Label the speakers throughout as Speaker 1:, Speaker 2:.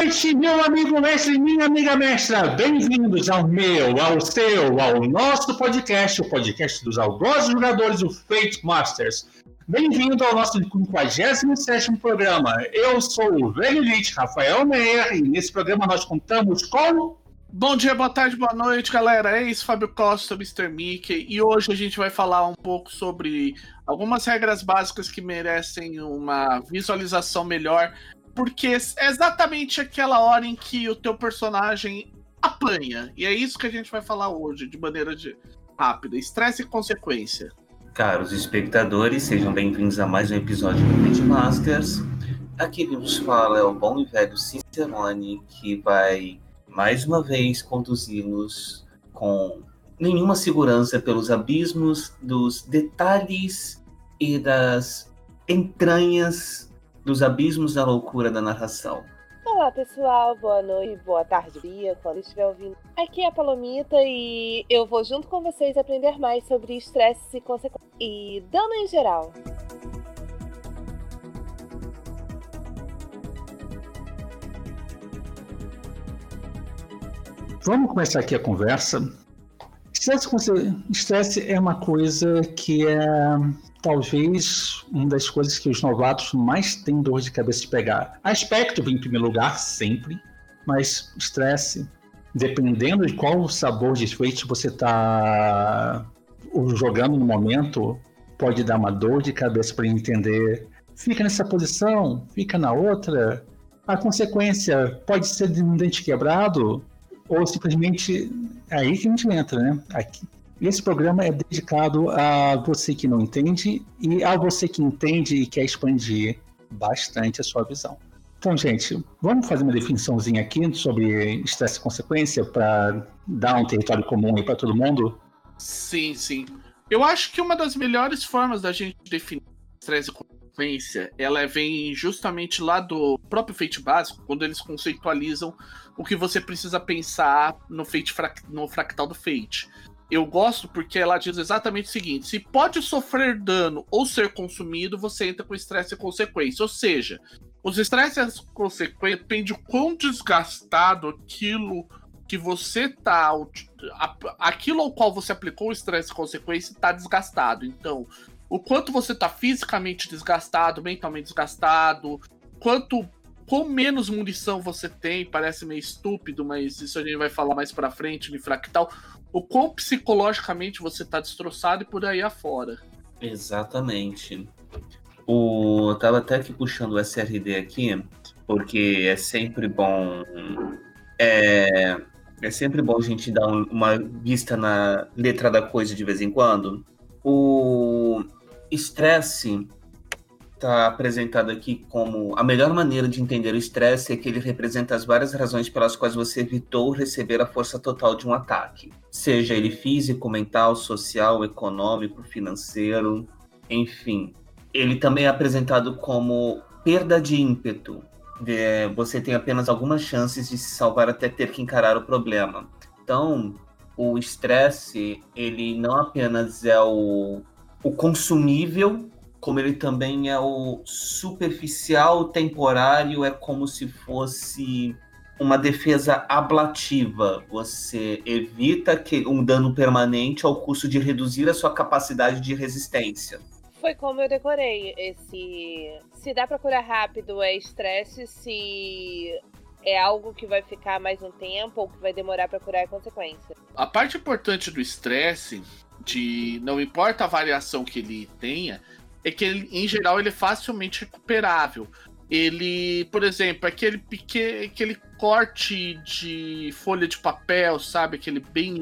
Speaker 1: noite, meu amigo mestre e minha amiga mestra. Bem-vindos ao meu, ao seu, ao nosso podcast, o podcast dos algozes jogadores do Fate Masters. Bem-vindo ao nosso 57º programa. Eu sou o velho elite Rafael Meyer e nesse programa nós contamos com...
Speaker 2: Bom dia, boa tarde, boa noite, galera. É isso, Fábio Costa, Mr. Mickey. E hoje a gente vai falar um pouco sobre algumas regras básicas que merecem uma visualização melhor, porque é exatamente aquela hora em que o teu personagem apanha. E é isso que a gente vai falar hoje, de maneira rápida. Estresse e consequência.
Speaker 3: Caros espectadores, sejam bem-vindos a mais um episódio do Fate Masters. Aqui quem nos fala é o bom e velho Cicerone, que vai mais uma vez conduzi-los com nenhuma segurança pelos abismos dos detalhes e das entranhas dos abismos da loucura da narração.
Speaker 4: Olá pessoal, boa noite, boa tarde, dia, quando estiver ouvindo. Aqui é a Palomita e eu vou junto com vocês aprender mais sobre estresse e consequências e dano em geral.
Speaker 1: Vamos começar aqui a conversa. Estresse é uma coisa que é talvez uma das coisas que os novatos mais têm dor de cabeça de pegar. Aspecto em primeiro lugar, sempre, mas estresse, dependendo de qual sabor de Fate você está jogando no momento, pode dar uma dor de cabeça para entender. Fica nessa posição, fica na outra. A consequência pode ser de um dente quebrado, ou simplesmente é aí que a gente entra, né? Aqui. Esse programa é dedicado a você que não entende e a você que entende e quer expandir bastante a sua visão. Então, gente, vamos fazer uma definiçãozinha aqui sobre estresse e consequência para dar um território comum aí para todo mundo?
Speaker 2: Sim, sim. Eu acho que uma das melhores formas da gente definir estresse e consequência, ela vem justamente lá do próprio Fate básico, quando eles conceitualizam o que você precisa pensar no fractal do Fate. Eu gosto porque ela diz exatamente o seguinte: se pode sofrer dano ou ser consumido, você entra com estresse e consequência. Ou seja, os estresses e consequências depende do quão desgastado aquilo que você tá... aquilo ao qual você aplicou o estresse e consequência está desgastado. Então, o quanto você tá fisicamente desgastado, mentalmente desgastado, quão menos munição você tem, parece meio estúpido, mas isso a gente vai falar mais pra frente no fractal, o quão psicologicamente você tá destroçado e por aí afora.
Speaker 3: Exatamente. Eu tava até aqui puxando o SRD aqui, porque é sempre bom a gente dar uma vista na letra da coisa de vez em quando. O estresse está apresentado aqui como a melhor maneira de entender o estresse é que ele representa as várias razões pelas quais você evitou receber a força total de um ataque. Seja ele físico, mental, social, econômico, financeiro, enfim. Ele também é apresentado como perda de ímpeto. Você tem apenas algumas chances de se salvar até ter que encarar o problema. Então, o estresse, ele não apenas é o consumível, como ele também é o superficial, temporário, é como se fosse uma defesa ablativa. Você evita um dano permanente ao custo de reduzir a sua capacidade de resistência.
Speaker 4: Foi como eu decorei. Se dá pra curar rápido é estresse, se é algo que vai ficar mais um tempo ou que vai demorar pra curar é consequência.
Speaker 2: A parte importante do estresse, não importa a variação que ele tenha, é que ele, em geral, ele é facilmente recuperável. Ele, por exemplo, aquele corte de folha de papel, sabe? Aquele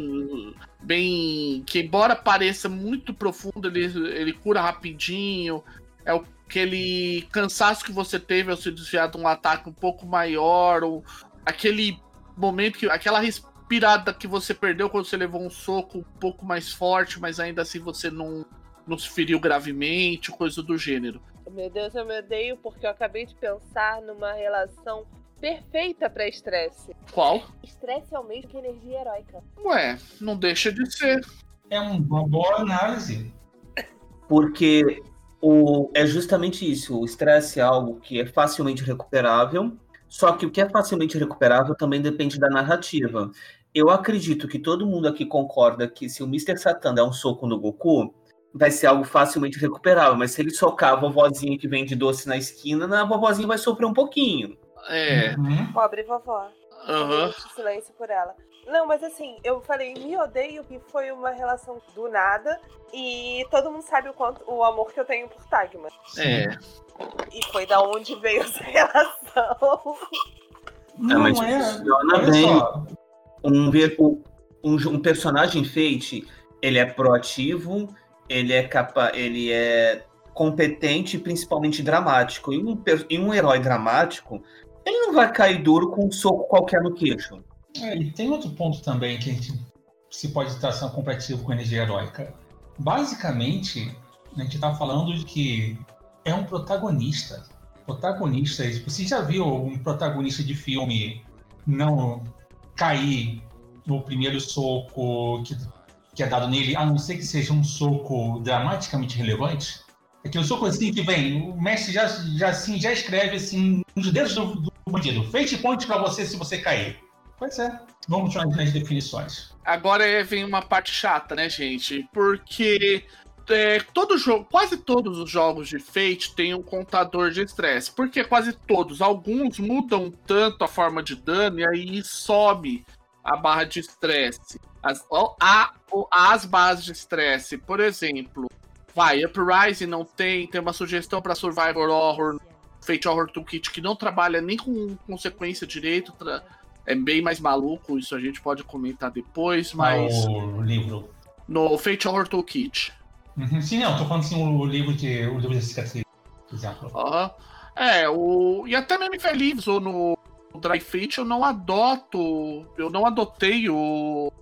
Speaker 2: bem que embora pareça muito profundo, ele cura rapidinho. É aquele cansaço que você teve ao se desviar de um ataque um pouco maior, ou aquele momento aquela respirada que você perdeu quando você levou um soco um pouco mais forte, mas ainda assim você não se feriu gravemente, coisa do gênero.
Speaker 4: Meu Deus, eu me odeio porque eu acabei de pensar numa relação perfeita pra estresse.
Speaker 2: Qual?
Speaker 4: Estresse é o mesmo que energia heróica.
Speaker 2: Ué, não deixa de ser.
Speaker 5: É uma boa análise.
Speaker 3: Porque é justamente isso. O estresse é algo que é facilmente recuperável, Só que o que é facilmente recuperável também depende da narrativa. Eu acredito que todo mundo aqui concorda que se o Mr. Satan der um soco no Goku, vai ser algo facilmente recuperável. Mas se ele socar a vovozinha que vende doce na esquina, a vovozinha vai sofrer um pouquinho.
Speaker 4: Pobre vovó. Silêncio por ela. Não, mas assim, eu falei, me odeio, que foi uma relação do nada. E todo mundo sabe o amor que eu tenho por Tagma. E foi da onde veio essa relação.
Speaker 3: Mas funciona bem. Um personagem Fate, ele é proativo, ele é competente e principalmente dramático. E um herói dramático, ele não vai cair duro com um soco qualquer no queixo.
Speaker 1: E tem outro ponto também que a gente se pode traçar um comparativo com energia heróica. Basicamente, a gente está falando de que é um protagonista. Você já viu um protagonista de filme não cair no primeiro soco que é dado nele, a não ser que seja um soco dramaticamente relevante? Aquele soco assim que vem, o mestre já escreve assim, nos dedos do bandido. Fate point pra você se você cair. Pois é, vamos continuar nas definições.
Speaker 2: Agora vem uma parte chata, né, gente? Porque quase todos os jogos de Fate tem um contador de estresse. Porque quase todos, alguns mudam tanto a forma de dano e aí sobe a barra de estresse. As barras de estresse, por exemplo, Uprising não tem uma sugestão para Survivor Horror, Fate Horror Toolkit, que não trabalha nem com consequência direito, é bem mais maluco, isso a gente pode comentar depois, mas...
Speaker 1: O livro.
Speaker 2: No Fate Horror Toolkit.
Speaker 1: Sim, não, tô falando assim, o livro de cicatriz, por exemplo.
Speaker 2: E até mesmo em Fair Leaves ou no Dry Fate eu não adotei o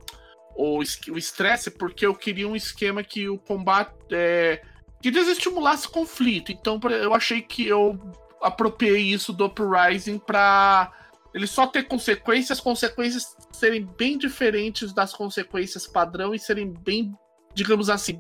Speaker 2: estresse, porque eu queria um esquema que o combate que desestimulasse conflito. Então eu achei que eu apropriei isso do Uprising pra ele só ter consequências serem bem diferentes das consequências padrão e serem bem, digamos assim,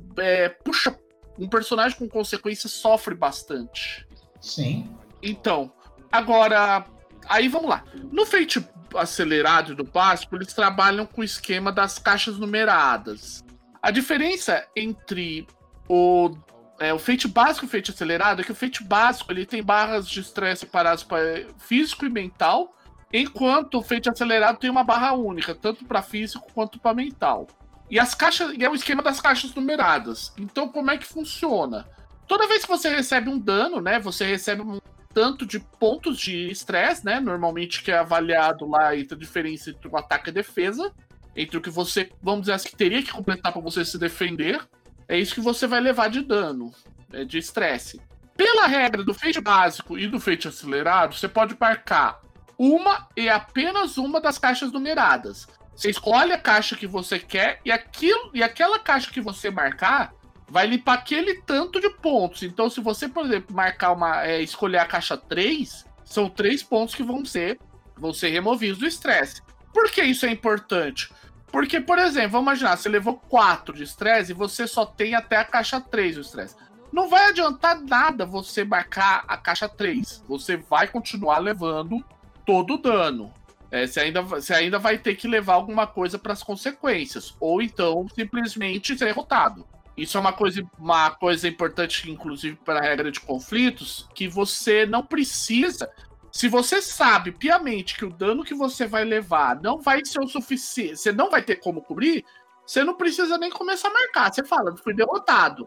Speaker 2: puxa, um personagem com consequências sofre bastante.
Speaker 1: Sim.
Speaker 2: Então, agora, aí vamos lá. No Fate acelerado e do básico, eles trabalham com o esquema das caixas numeradas. A diferença entre o Fate básico e o Fate acelerado é que o Fate básico ele tem barras de estresse separadas para físico e mental, enquanto o Fate acelerado tem uma barra única, tanto para físico quanto para mental. E é o esquema das caixas numeradas. Então, como é que funciona? Toda vez que você recebe um dano, né, você recebe um tanto de pontos de estresse, né? Normalmente que é avaliado lá entre a diferença entre o ataque e a defesa, entre o que você, vamos dizer assim, teria que completar para você se defender, é isso que você vai levar de dano, de estresse. Pela regra do Fate básico e do Fate acelerado, você pode marcar uma e apenas uma das caixas numeradas. Você escolhe a caixa que você quer e aquela caixa que você marcar vai limpar aquele tanto de pontos. Então, se você, por exemplo, marcar escolher a caixa 3, são 3 pontos que vão ser removidos do estresse. Por que isso é importante? Porque, por exemplo, vamos imaginar, você levou 4 de estresse e você só tem até a caixa 3 do estresse. Não vai adiantar nada você marcar a caixa 3. Você vai continuar levando todo o dano. Você ainda vai ter que levar alguma coisa para as consequências. Ou então, simplesmente ser derrotado. Isso é uma coisa importante, inclusive, para a regra de conflitos, que você não precisa... Se você sabe piamente que o dano que você vai levar não vai ser o suficiente, você não vai ter como cobrir, você não precisa nem começar a marcar. Você fala, fui derrotado.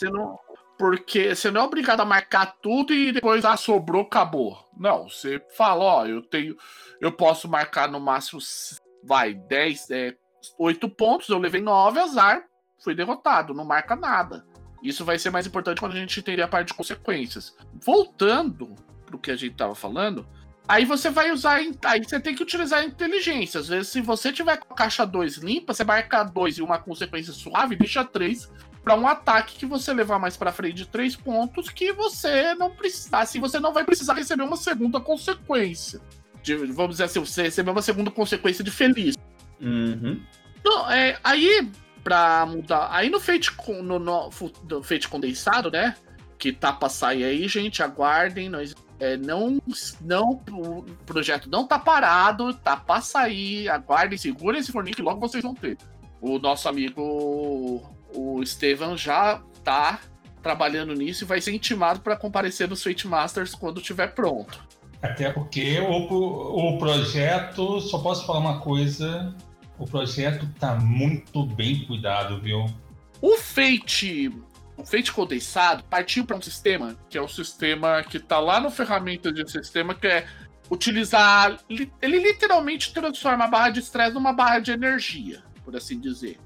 Speaker 2: Porque você não é obrigado a marcar tudo e depois, sobrou, acabou. Não, você fala, eu posso marcar no máximo, 8 pontos, eu levei 9, azar, fui derrotado, não marca nada. Isso vai ser mais importante quando a gente entender a parte de consequências. Voltando pro que a gente tava falando, aí você vai usar, aí você tem que utilizar a inteligência. Às vezes, se você tiver com a caixa 2 limpa, você marca 2 e uma consequência suave, deixa 3 para um ataque que você levar mais para frente de 3 pontos, que você não precisa, assim, você não vai precisar receber uma segunda consequência. Vamos dizer assim, você receber uma segunda consequência de feliz.
Speaker 3: Uhum.
Speaker 2: Então, aí, pra mudar, aí no Fate Fate condensado, né, que tá pra sair aí, gente, aguardem, nós O projeto não tá parado, tá pra sair. Aguardem, segurem esse forninho que logo vocês vão ter. O nosso amigo, o Estevam, já tá trabalhando nisso e vai ser intimado para comparecer nos Fate Masters quando estiver pronto.
Speaker 5: Até porque o projeto, só posso falar uma coisa, o projeto tá muito bem cuidado, viu?
Speaker 2: O Fate condensado partiu para um sistema, que é o sistema que tá lá no ferramenta de sistema, que é utilizar... Ele literalmente transforma a barra de estresse numa barra de energia, por assim dizer.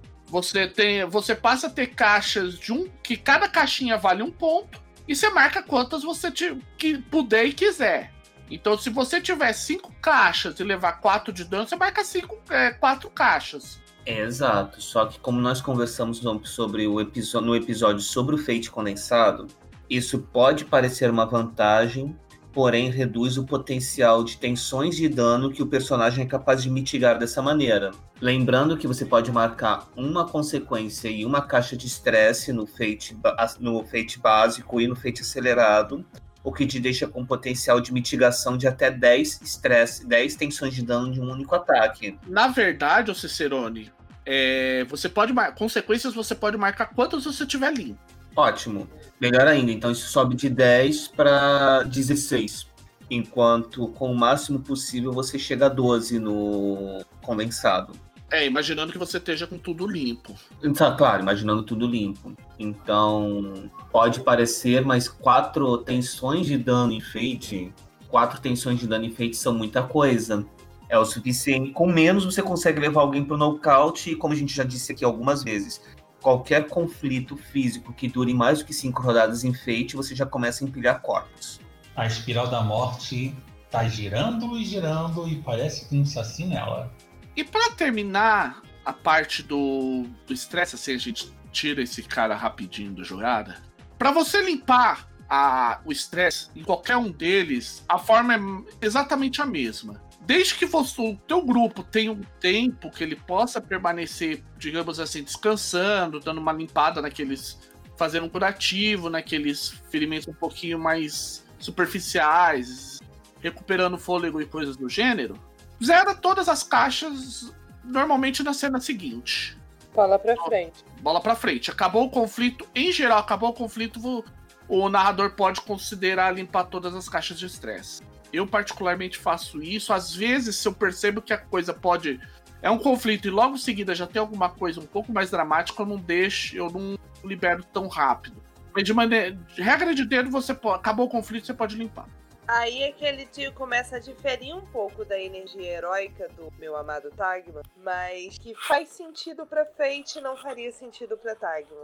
Speaker 2: Você passa a ter caixas que cada caixinha vale 1 ponto, e você marca quantas você puder e quiser. Então, se você tiver 5 caixas e levar 4 de dano, você marca 4 caixas.
Speaker 3: Exato, só que como nós conversamos no episódio sobre o Fate condensado, isso pode parecer uma vantagem, porém reduz o potencial de tensões de dano que o personagem é capaz de mitigar dessa maneira. Lembrando que você pode marcar uma consequência e uma caixa de estresse no Fate básico e no Fate acelerado, o que te deixa com potencial de mitigação de até 10 tensões de dano de um único ataque.
Speaker 2: Na verdade, Cicerone, consequências você pode marcar quantas você tiver limpo.
Speaker 3: Ótimo. Melhor ainda, então isso sobe de 10 para 16. Enquanto com o máximo possível você chega a 12 no condensado.
Speaker 2: Imaginando que você esteja com tudo limpo.
Speaker 3: Então, claro, imaginando tudo limpo. Então, pode parecer, mas 4 tensões de dano em Fate... 4 tensões de dano em Fate são muita coisa. É o suficiente. Com menos, você consegue levar alguém pro nocaute. E como a gente já disse aqui algumas vezes, qualquer conflito físico que dure mais do que 5 rodadas em Fate, você já começa a empilhar corpos.
Speaker 5: A espiral da morte tá girando e girando e parece que um saci nela.
Speaker 2: E pra terminar a parte do estresse, assim, a gente tira esse cara rapidinho da jogada. Pra você limpar o estresse em qualquer um deles, a forma é exatamente a mesma. Desde que o teu grupo tenha um tempo que ele possa permanecer, digamos assim, descansando, dando uma limpada fazendo um curativo naqueles ferimentos um pouquinho mais superficiais, recuperando fôlego e coisas do gênero, zera todas as caixas normalmente na cena seguinte.
Speaker 4: Bola pra frente.
Speaker 2: Bola pra frente. Acabou o conflito, em geral, o narrador pode considerar limpar todas as caixas de estresse. Eu particularmente faço isso. Às vezes, se eu percebo que a coisa é um conflito e logo em seguida já tem alguma coisa um pouco mais dramática, eu não libero tão rápido. Mas de regra de dedo, acabou o conflito, você pode limpar.
Speaker 4: Aí aquele tio começa a diferir um pouco da energia heróica do meu amado Tagma, mas que faz sentido pra Fate e não faria sentido pra Tagma.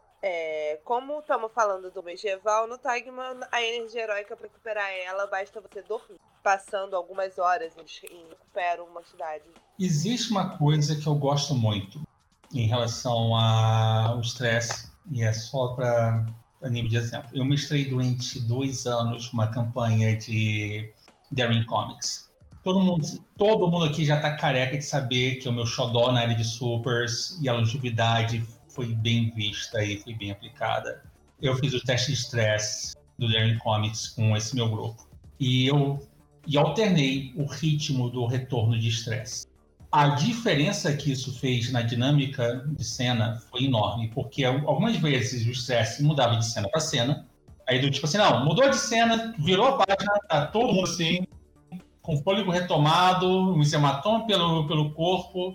Speaker 4: Como estamos falando do medieval, no Tagma a energia heróica pra recuperar ela basta você dormir, passando algumas horas em recupera uma cidade.
Speaker 5: Existe uma coisa que eu gosto muito em relação ao estresse, e é só para nível de exemplo. Eu mestrei durante 2 anos uma campanha de Daring Comics. Todo mundo aqui já está careca de saber que o meu xodó na área de supers e a longevidade foi bem vista e foi bem aplicada. Eu fiz o teste de estresse do Daring Comics com esse meu grupo. E alternei o ritmo do retorno de estresse. A diferença que isso fez na dinâmica de cena foi enorme, porque algumas vezes o estresse mudava de cena para cena, aí do tipo assim, não, mudou de cena, virou a página, tá todo mundo assim, com fôlego retomado, um hematoma pelo corpo,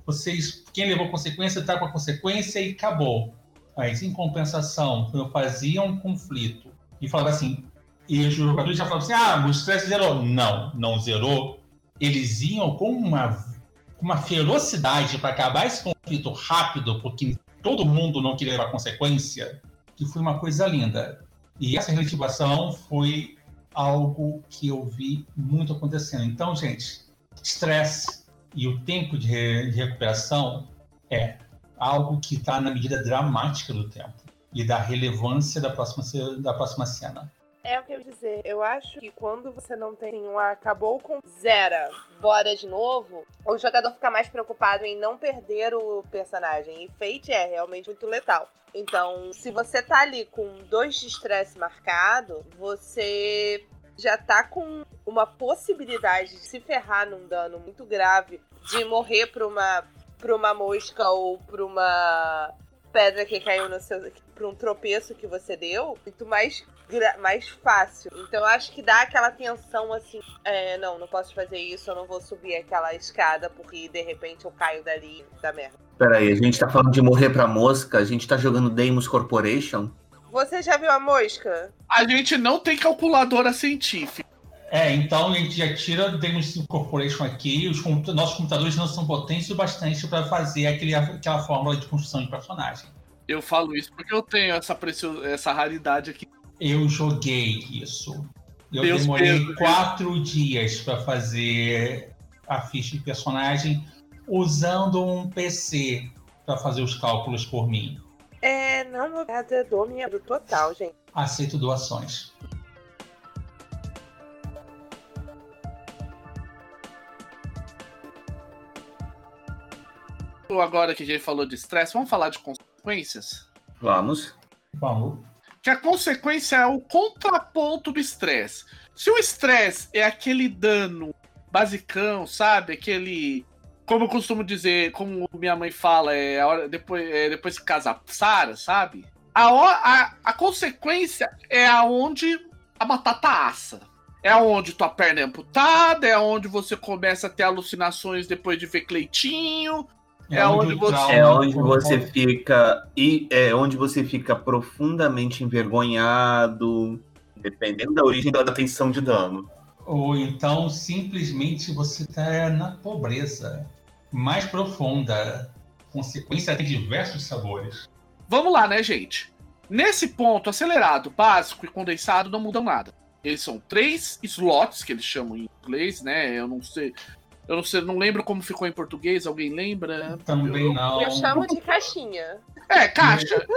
Speaker 5: quem levou consequência tá com a consequência e acabou. Mas em compensação, quando eu fazia um conflito e falava assim, e os jogadores já falavam assim, o estresse zerou. Não zerou. Eles iam com uma ferocidade para acabar esse conflito rápido, porque todo mundo não queria levar consequência, que foi uma coisa linda. E essa relativação foi algo que eu vi muito acontecendo. Então, gente, estresse e o tempo de recuperação é algo que está na medida dramática do tempo e da relevância da próxima cena.
Speaker 4: É o que eu ia dizer. Eu acho que quando você não tem acabou com zera, bora de novo, o jogador fica mais preocupado em não perder o personagem. E Fate é realmente muito letal. Então, se você tá ali com 2 de estresse marcado, você já tá com uma possibilidade de se ferrar num dano muito grave, de morrer pra uma mosca ou pra uma pedra que caiu no seu... pra um tropeço que você deu, muito mais fácil. Então eu acho que dá aquela tensão assim, não posso fazer isso, eu não vou subir aquela escada porque de repente eu caio dali da merda.
Speaker 3: Peraí, a gente tá falando de morrer pra mosca, a gente tá jogando Deimos Corporation?
Speaker 4: Você já viu a mosca?
Speaker 2: A gente não tem calculadora científica.
Speaker 5: Então a gente já tira o Deimos Corporation aqui, nossos computadores não são potentes o bastante para fazer aquela fórmula de construção de personagem.
Speaker 2: Eu falo isso porque eu tenho essa raridade aqui.
Speaker 5: Eu joguei isso. Eu demorei 4 dias para fazer a ficha de personagem usando um PC para fazer os cálculos por mim.
Speaker 4: Não, eu dou minha do total, gente.
Speaker 5: Aceito doações.
Speaker 2: Agora que a gente falou de estresse, vamos falar de consequências?
Speaker 3: Vamos.
Speaker 2: Que a consequência é o contraponto do estresse. Se o estresse é aquele dano basicão, sabe? Aquele... Como eu costumo dizer, como minha mãe fala, depois que casa Sara, sabe? A consequência é aonde a batata assa. É onde tua perna é amputada, é onde você começa a ter alucinações depois de ver Cleitinho. É onde você fica profundamente envergonhado, dependendo da origem da tensão de dano.
Speaker 5: Ou então simplesmente você está na pobreza mais profunda. Consequência tem diversos sabores.
Speaker 2: Vamos lá, né, gente? Nesse ponto, acelerado, básico e condensado não mudam nada. Eles são 3 slots, que eles chamam em inglês, né? Eu não sei, não lembro como ficou em português. Alguém lembra?
Speaker 5: Também não.
Speaker 4: Eu chamo de caixinha.
Speaker 2: Caixa.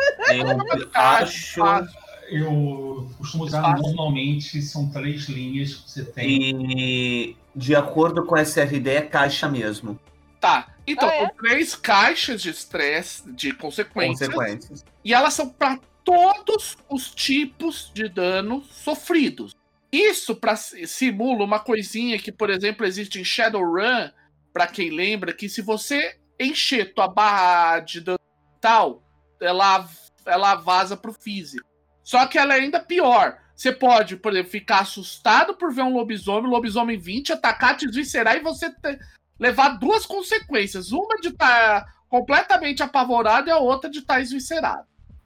Speaker 5: Eu costumo usar normalmente, são 3 linhas que você tem.
Speaker 3: E de acordo com a SRD é caixa mesmo.
Speaker 2: Tá, então são 3 caixas de estresse, de consequências. E elas são para todos os tipos de dano sofridos. Isso simula uma coisinha que, por exemplo, existe em Shadowrun, para quem lembra, que se você encher tua barra de dano tal, ela vaza pro físico. Só que ela é ainda pior. Você pode, por exemplo, ficar assustado por ver um lobisomem 20, atacar, te desviscerar e você levar 2 consequências. Uma de estar completamente apavorado e a outra de estar esviscerado.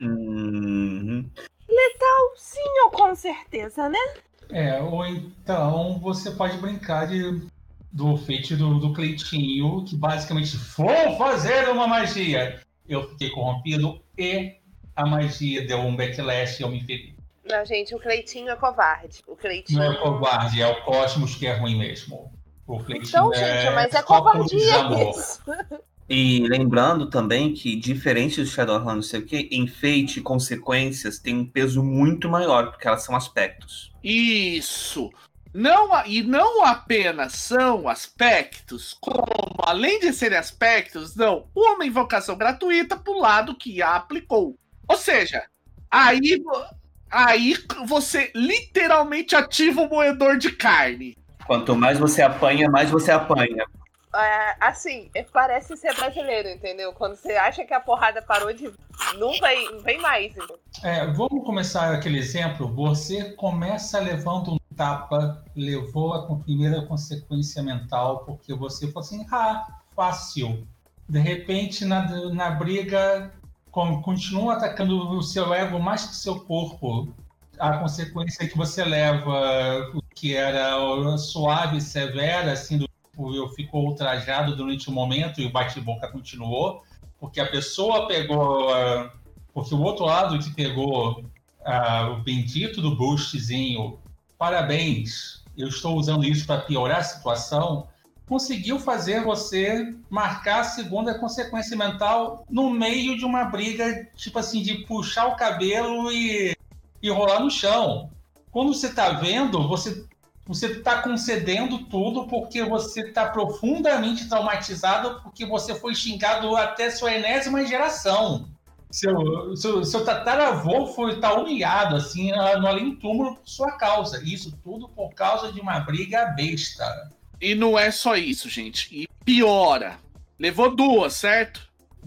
Speaker 4: Letal, sim, ou com certeza, né?
Speaker 5: Ou então você pode brincar do feito do Cleitinho, que basicamente vou fazer uma magia. Eu fiquei corrompido e a magia deu um backlash e eu me feri.
Speaker 4: Não, gente, o Cleitinho é covarde. O Cleitinho...
Speaker 5: Não é covarde, é o Cosmos que é ruim mesmo. O Cleitinho
Speaker 4: então, gente, mas é covardia isso.
Speaker 3: E lembrando também que, diferente do Shadowrun, não sei o que, enfeite e consequências têm um peso muito maior, porque elas são aspectos.
Speaker 2: Isso! Não apenas são aspectos, como, além de serem aspectos, não, uma invocação gratuita pro lado que a aplicou. Ou seja, aí você literalmente ativa o moedor de carne.
Speaker 3: Quanto mais você apanha, mais você apanha.
Speaker 4: Assim, parece ser brasileiro, entendeu? Quando você acha que a porrada parou de... Não vem mais. Então.
Speaker 5: Vamos começar aquele exemplo. Você começa levando um tapa, levou a primeira consequência mental, porque você falou assim, fácil. De repente, na briga, continua atacando o seu ego mais que o seu corpo. A consequência que você leva, que era suave e severa, assim, eu ficou ultrajado durante um momento e o bate-boca continuou, porque a pessoa pegou, porque o outro lado que pegou o bendito do boostzinho, parabéns, eu estou usando isso para piorar a situação, conseguiu fazer você marcar a segunda consequência mental no meio de uma briga, tipo assim, de puxar o cabelo e rolar no chão. Quando você está vendo, você está concedendo tudo porque você está profundamente traumatizado porque você foi xingado até sua enésima geração. Seu tataravô tá humilhado, assim, no além-túmulo por sua causa. Isso tudo por causa de uma briga besta.
Speaker 2: E não é só isso, gente. E piora. Levou 2, certo?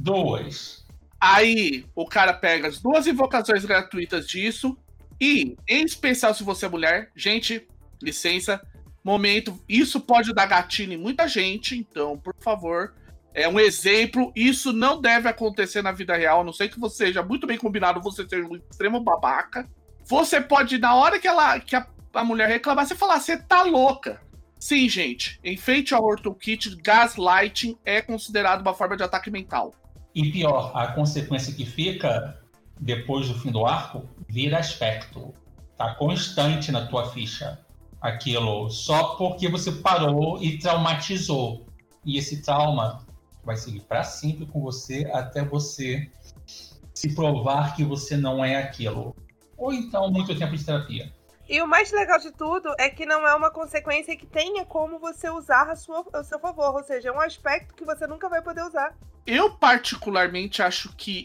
Speaker 5: 2.
Speaker 2: Aí, o cara pega as 2 invocações gratuitas disso. E, em especial se você é mulher, gente, licença, momento, isso pode dar gatilho em muita gente. Então, por favor... É um exemplo, isso não deve acontecer na vida real, a não ser que você seja muito bem combinado, você seja um extremo babaca. Você pode, na hora que a mulher reclamar, você falar, você tá louca. Sim, gente, em Fate War Toolkit, gaslighting é considerado uma forma de ataque mental.
Speaker 5: E pior, a consequência que fica, depois do fim do arco, vira aspecto. Tá constante na tua ficha. Aquilo, só porque você parou e traumatizou. E esse trauma... vai seguir para sempre com você até você se provar que você não é aquilo. Ou então, muito tempo de terapia.
Speaker 4: E o mais legal de tudo é que não é uma consequência que tenha como você usar ao seu favor. Ou seja, é um aspecto que você nunca vai poder usar.
Speaker 2: Eu, particularmente, acho que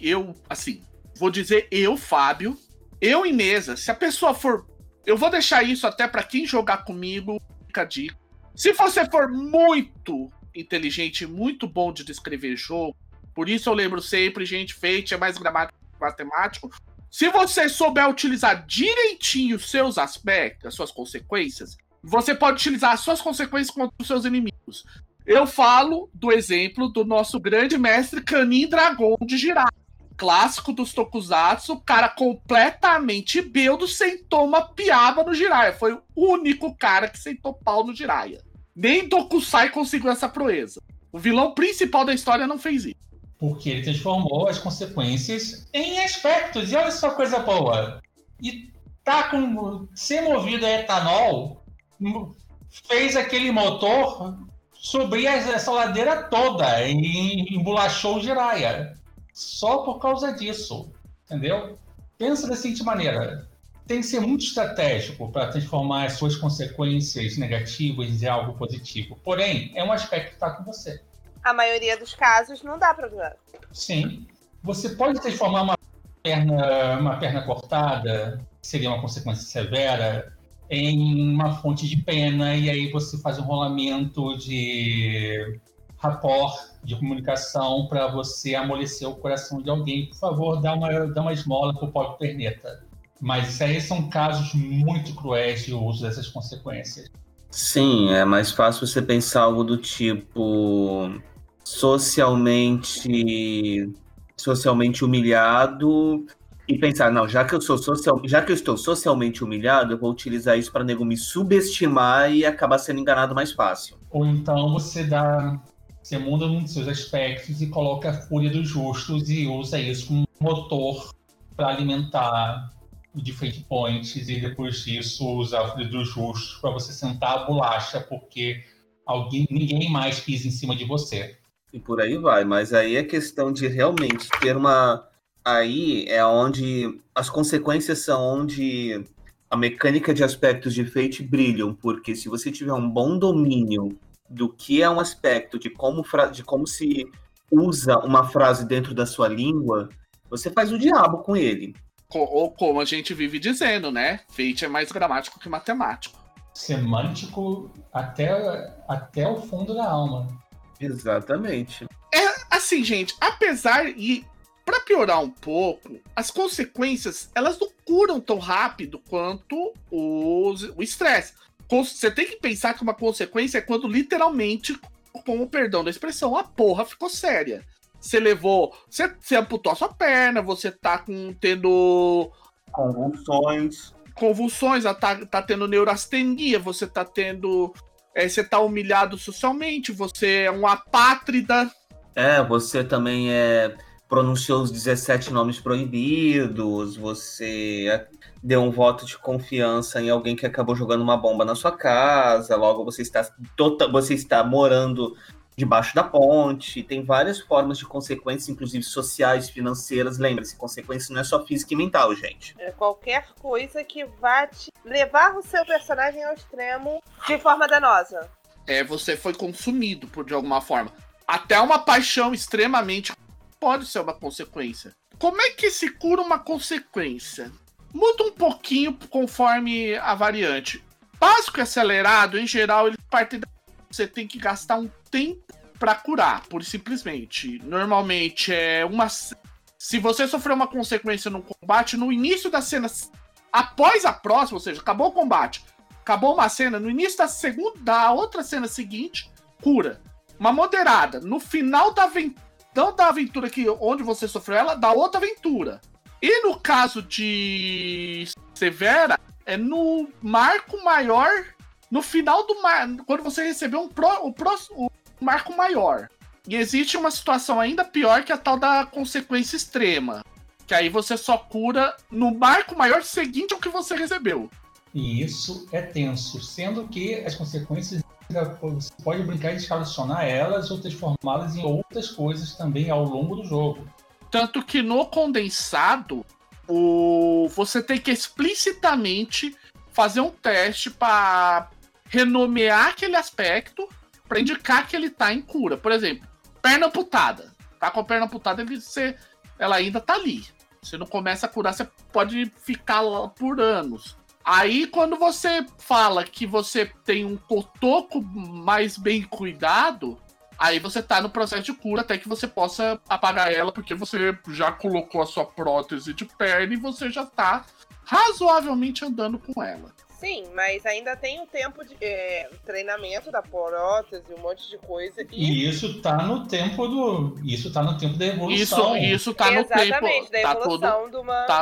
Speaker 2: vou dizer eu, Fábio, eu em mesa, se a pessoa for... Eu vou deixar isso até para quem jogar comigo, fica a dica. Se você for muito... inteligente, muito bom de descrever jogo. Por isso eu lembro sempre, gente, Fate é mais gramático que matemático. Se você souber utilizar direitinho os seus aspectos, as suas consequências, você pode utilizar as suas consequências contra os seus inimigos. Eu falo do exemplo do nosso grande mestre Kanin Dragon de Jiraiya. Clássico dos Tokusatsu, o cara completamente bêbado sentou uma piaba no Jiraiya. Foi o único cara que sentou pau no Jiraiya. Nem Tokusai conseguiu essa proeza. O vilão principal da história não fez isso.
Speaker 5: Porque ele transformou as consequências em aspectos. E olha só coisa boa. E ser movido a etanol fez aquele motor subir essa ladeira toda e embolachou o Jiraiya. Só por causa disso. Entendeu? Pensa da seguinte maneira. Tem que ser muito estratégico para transformar as suas consequências negativas em algo positivo. Porém, é um aspecto que está com você.
Speaker 4: A maioria dos casos não dá problema.
Speaker 5: Sim. Você pode transformar uma perna cortada, que seria uma consequência severa, em uma fonte de pena, e aí você faz um rolamento de rapport, de comunicação, para você amolecer o coração de alguém. Por favor, dá uma esmola para o pobre perneta. Mas isso aí são casos muito cruéis de uso dessas consequências.
Speaker 3: Sim, é mais fácil você pensar algo do tipo socialmente humilhado e pensar, não, já que eu estou socialmente humilhado, eu vou utilizar isso para nego me subestimar e acabar sendo enganado mais fácil.
Speaker 5: Ou então você muda um dos seus aspectos e coloca a fúria dos justos e usa isso como motor para alimentar de fate points, e depois disso usar a fúria dos justos para você sentar a bolacha porque ninguém mais pisa em cima de você.
Speaker 3: E por aí vai, mas aí é questão de realmente ter uma... Aí é onde as consequências são onde a mecânica de aspectos de Fate brilham, porque se você tiver um bom domínio do que é um aspecto, de como se usa uma frase dentro da sua língua, você faz o diabo com ele.
Speaker 2: Ou como a gente vive dizendo, né? Fate é mais gramático que matemático.
Speaker 5: Semântico até o fundo da alma.
Speaker 3: Exatamente.
Speaker 2: É assim, gente, apesar e para piorar um pouco, as consequências, elas não curam tão rápido quanto o estresse. Você tem que pensar que uma consequência é quando literalmente, com o perdão da expressão, a porra ficou séria. Você amputou a sua perna, você tá tendo convulsões, tá tendo neurastenia, você tá tendo... você tá humilhado socialmente, você é um apátrida.
Speaker 3: Você também pronunciou os 17 nomes proibidos, você deu um voto de confiança em alguém que acabou jogando uma bomba na sua casa, logo você está morando debaixo da ponte. Tem várias formas de consequências, inclusive sociais, financeiras. Lembre-se, consequência não é só física e mental, gente.
Speaker 4: É qualquer coisa que vá te levar o seu personagem ao extremo de forma danosa.
Speaker 2: Você foi consumido de alguma forma. Até uma paixão extremamente pode ser uma consequência. Como é que se cura uma consequência? Muda um pouquinho conforme a variante. Básico e acelerado, em geral, ele parte da... Você tem que gastar um tempo para curar, pura e simplesmente. Normalmente é uma... Se você sofreu uma consequência no combate, no início da cena, após a próxima, ou seja, acabou o combate, acabou uma cena, no início da outra cena seguinte, cura. Uma moderada. No final da aventura, não da aventura onde você sofreu ela, da outra aventura. E no caso de Severa, é no marco maior, no final do marco, quando você recebeu o marco maior. E existe uma situação ainda pior, que é a tal da consequência extrema. Que aí você só cura no marco maior seguinte ao que você recebeu.
Speaker 5: E isso é tenso, sendo que as consequências você pode brincar de escalonar elas ou transformá-las em outras coisas também ao longo do jogo.
Speaker 2: Tanto que no condensado, você tem que explicitamente fazer um teste para renomear aquele aspecto para indicar que ele está em cura. Por exemplo, perna amputada. Tá com a perna amputada, ela ainda tá ali. Você não começa a curar, você pode ficar lá por anos. Aí, quando você fala que você tem um cotoco mais bem cuidado, aí você tá no processo de cura até que você possa apagar ela, porque você já colocou a sua prótese de perna e você já tá razoavelmente andando com ela.
Speaker 4: Sim, mas ainda tem um tempo de treinamento da prótese, um monte de coisa.
Speaker 5: E isso tá no tempo da evolução.
Speaker 2: Isso tá no tempo.
Speaker 4: Exatamente, da evolução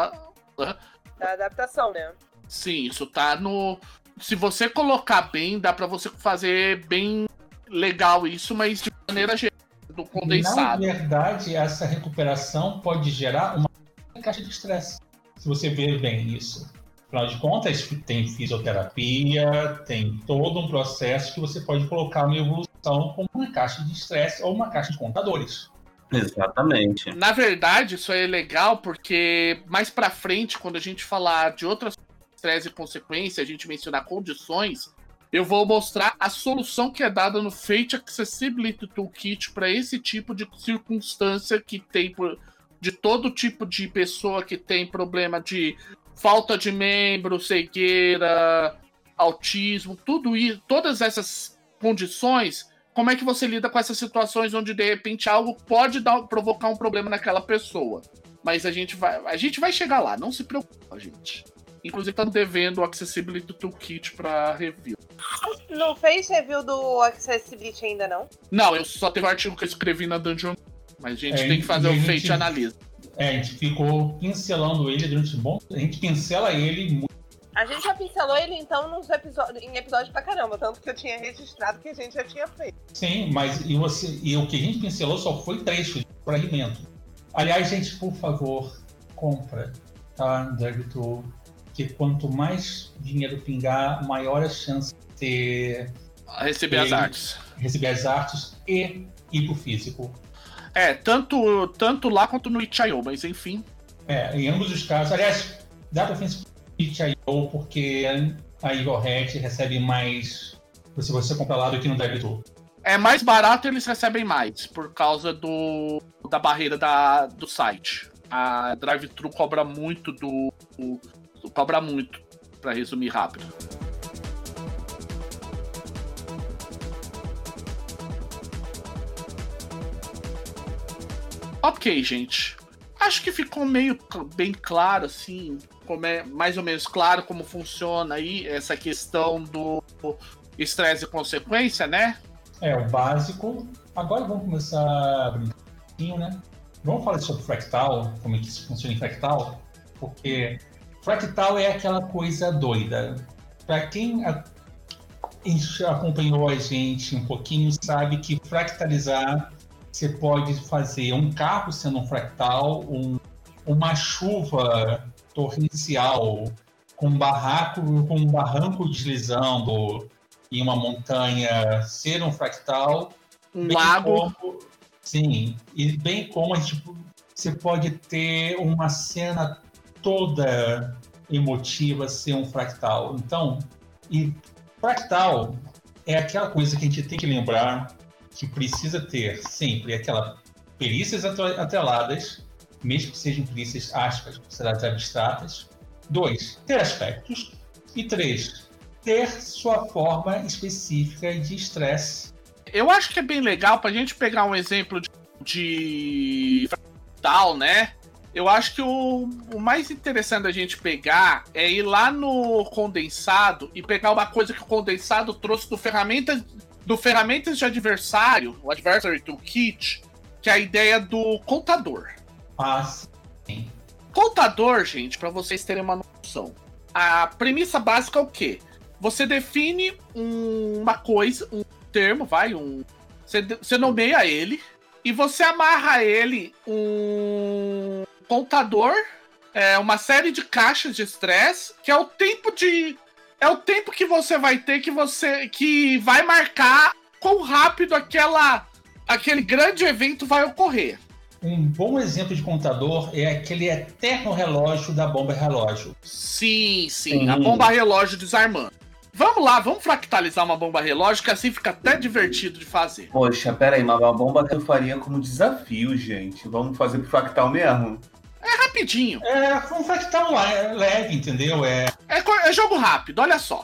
Speaker 4: da adaptação, né?
Speaker 2: Sim, isso tá no... Se você colocar bem, dá pra você fazer bem legal isso, mas de maneira geral, do condensado.
Speaker 5: Na verdade, essa recuperação pode gerar uma caixa de estresse, se você ver bem isso. Afinal de contas, tem fisioterapia, tem todo um processo que você pode colocar uma evolução como uma caixa de estresse ou uma caixa de contadores.
Speaker 3: Exatamente.
Speaker 2: Na verdade, isso é legal porque mais pra frente, quando a gente falar de outras estresse e consequência, a gente mencionar condições, eu vou mostrar a solução que é dada no Fate Accessibility Toolkit para esse tipo de circunstância que tem de todo tipo de pessoa que tem problema de falta de membro, cegueira, autismo, tudo isso, todas essas condições, como é que você lida com essas situações onde de repente algo pode provocar um problema naquela pessoa. Mas a gente vai chegar lá, não se preocupa, gente. Inclusive tá devendo o Accessibility Toolkit pra review.
Speaker 4: Não fez review do Accessibility ainda, não?
Speaker 2: Não, eu só teve um artigo que eu escrevi na Dungeon, mas a gente tem que fazer o Fate Analisa.
Speaker 5: A gente ficou pincelando ele durante um bom... A gente pincela ele muito.
Speaker 4: A gente já pincelou ele, então, em episódios pra caramba, tanto que eu tinha registrado que a gente já tinha feito.
Speaker 5: Sim, mas e o que a gente pincelou só foi trecho de fragmento. Aliás, gente, por favor, compra, tá? DragTool, que quanto mais dinheiro pingar, maior a chance de ter...
Speaker 2: Receber as artes.
Speaker 5: Receber as artes e ir pro físico.
Speaker 2: Tanto lá quanto no itch.io, mas enfim.
Speaker 5: Em ambos os casos. Aliás, dá pra itch.io porque a Evilhead recebe mais se você comprar lá do que no DragTool.
Speaker 2: É mais barato e eles recebem mais, por causa da barreira do site. A DriveThru cobra muito cobra muito, pra resumir rápido. Ok, gente. Acho que ficou meio bem claro, assim, mais ou menos claro como funciona aí essa questão do estresse e consequência, né?
Speaker 5: O básico. Agora vamos começar a brincar um pouquinho, né? Vamos falar sobre fractal, como é que isso funciona em fractal, porque fractal é aquela coisa doida. Para quem acompanhou a gente um pouquinho, sabe que fractalizar, você pode fazer um carro sendo um fractal, uma chuva torrencial, com um barranco deslizando em uma montanha ser um fractal.
Speaker 2: Um lago.
Speaker 5: Sim, e bem como você pode ter uma cena toda emotiva ser um fractal. Então, e fractal é aquela coisa que a gente tem que lembrar que precisa ter sempre aquela perícias atreladas, mesmo que sejam perícias, aspas, consideradas abstratas. 2, ter aspectos. E 3, ter sua forma específica de estresse.
Speaker 2: Eu acho que é bem legal pra gente pegar um exemplo de tal, né? Eu acho que o mais interessante da gente pegar é ir lá no condensado e pegar uma coisa que o condensado trouxe do Ferramentas de Adversário, o Adversary Toolkit, que é a ideia do contador.
Speaker 5: Sim.
Speaker 2: Contador, gente, para vocês terem uma noção. A premissa básica é o quê? Você define uma coisa, um termo, você nomeia ele e você amarra a ele um contador, uma série de caixas de estresse, que é o tempo que você vai ter que vai marcar quão rápido aquele grande evento vai ocorrer.
Speaker 5: Um bom exemplo de contador é aquele eterno relógio da bomba relógio.
Speaker 2: Sim. A bomba relógio desarmando. Vamos lá, vamos fractalizar uma bomba relógio, que assim fica até divertido de fazer.
Speaker 3: Poxa, peraí, mas uma bomba que eu faria como desafio, gente. Vamos fazer pro fractal mesmo?
Speaker 2: É rapidinho.
Speaker 5: Um fractal leve, entendeu?
Speaker 2: É jogo rápido, olha só.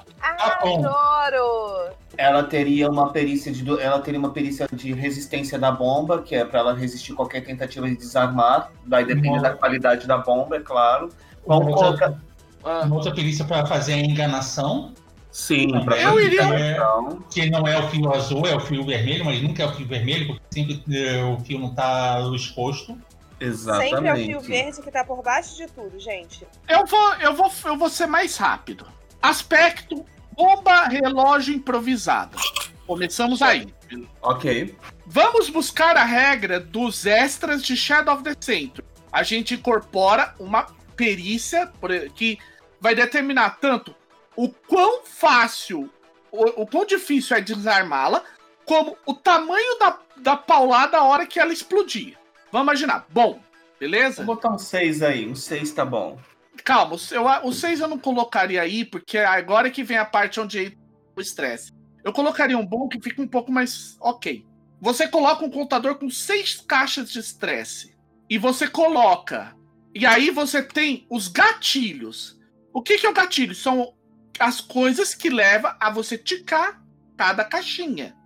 Speaker 4: Adoro!
Speaker 3: Ela teria uma perícia de resistência da bomba, que é para ela resistir qualquer tentativa de desarmar. Vai depender da qualidade da bomba, é claro.
Speaker 5: Uma outra perícia para fazer a enganação.
Speaker 3: Sim,
Speaker 2: eu iria.
Speaker 5: Que não é o fio azul, é o fio vermelho, mas nunca é o fio vermelho, porque sempre o fio não está exposto.
Speaker 3: Exatamente.
Speaker 4: Sempre é o fio verde que tá por baixo de tudo, gente.
Speaker 2: Eu vou ser mais rápido. Aspecto bomba relógio improvisada. Começamos aí.
Speaker 3: Ok.
Speaker 2: Vamos buscar a regra dos extras de Shadow of the Century. A gente incorpora uma perícia que vai determinar tanto o quão fácil, o quão difícil é desarmá-la, como o tamanho da paulada a hora que ela explodir. Vamos imaginar. Bom, beleza?
Speaker 3: Vou botar um 6 aí. Um 6 tá bom.
Speaker 2: Calma, o 6 eu não colocaria aí, porque agora que vem a parte onde entra o estresse. Eu colocaria um bom que fica um pouco mais ok. Você coloca um contador com 6 caixas de estresse. E você coloca... E aí você tem os gatilhos. O que é o gatilho? São as coisas que levam a você ticar cada caixinha.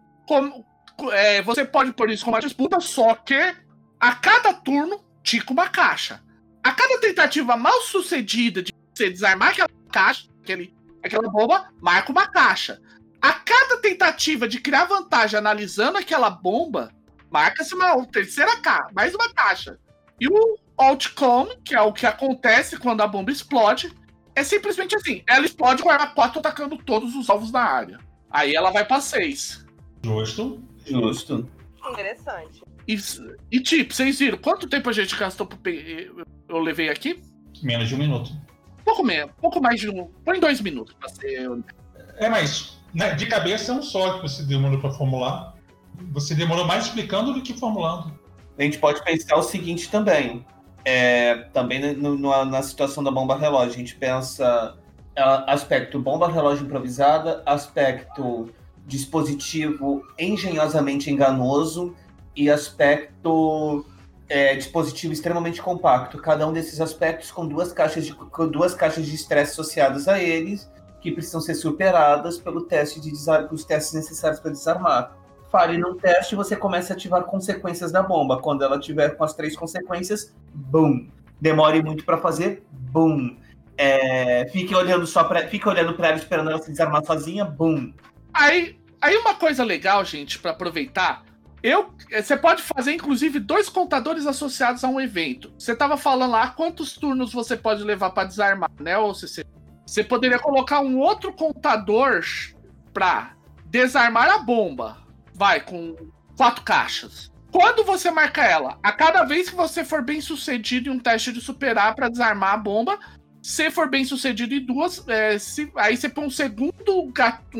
Speaker 2: Você pode pôr isso como uma disputa, só que a cada turno tica uma caixa. A cada tentativa mal sucedida de você desarmar aquela caixa, aquela bomba, marca uma caixa. A cada tentativa de criar vantagem analisando aquela bomba, marca-se uma terceira caixa, mais uma caixa. E o outcome, que é o que acontece quando a bomba explode, é simplesmente assim, ela explode com a arma 4 atacando todos os alvos na área. Aí ela vai pra 6.
Speaker 3: Justo.
Speaker 4: Interessante.
Speaker 2: E tipo, vocês viram, quanto tempo a gente gastou eu levei aqui?
Speaker 5: Menos de 1 minuto.
Speaker 2: Pouco mais de Põe 2 minutos pra ser...
Speaker 5: Mas né, de cabeça é um só que você demorou pra formular. Você demorou mais explicando do que formulando.
Speaker 3: A gente pode pensar o seguinte também. Também na situação da bomba relógio, a gente pensa aspecto bomba relógio improvisada, aspecto dispositivo engenhosamente enganoso e aspecto dispositivo extremamente compacto. Cada um desses aspectos com duas caixas de estresse associadas a eles, que precisam ser superadas pelos testes necessários para desarmar. Fale num teste e você começa a ativar consequências da bomba. Quando ela tiver com as 3 consequências, boom. Demore muito para fazer, boom. Fique olhando para ela esperando ela se desarmar sozinha, boom.
Speaker 2: Aí uma coisa legal, gente, para aproveitar, você pode fazer inclusive 2 contadores associados a um evento. Você tava falando lá quantos turnos você pode levar para desarmar, né? Ou você poderia colocar um outro contador para desarmar a bomba. Vai, com 4 caixas. Quando você marca ela, a cada vez que você for bem sucedido em um teste de superar para desarmar a bomba, se for bem sucedido em 2, aí você põe um segundo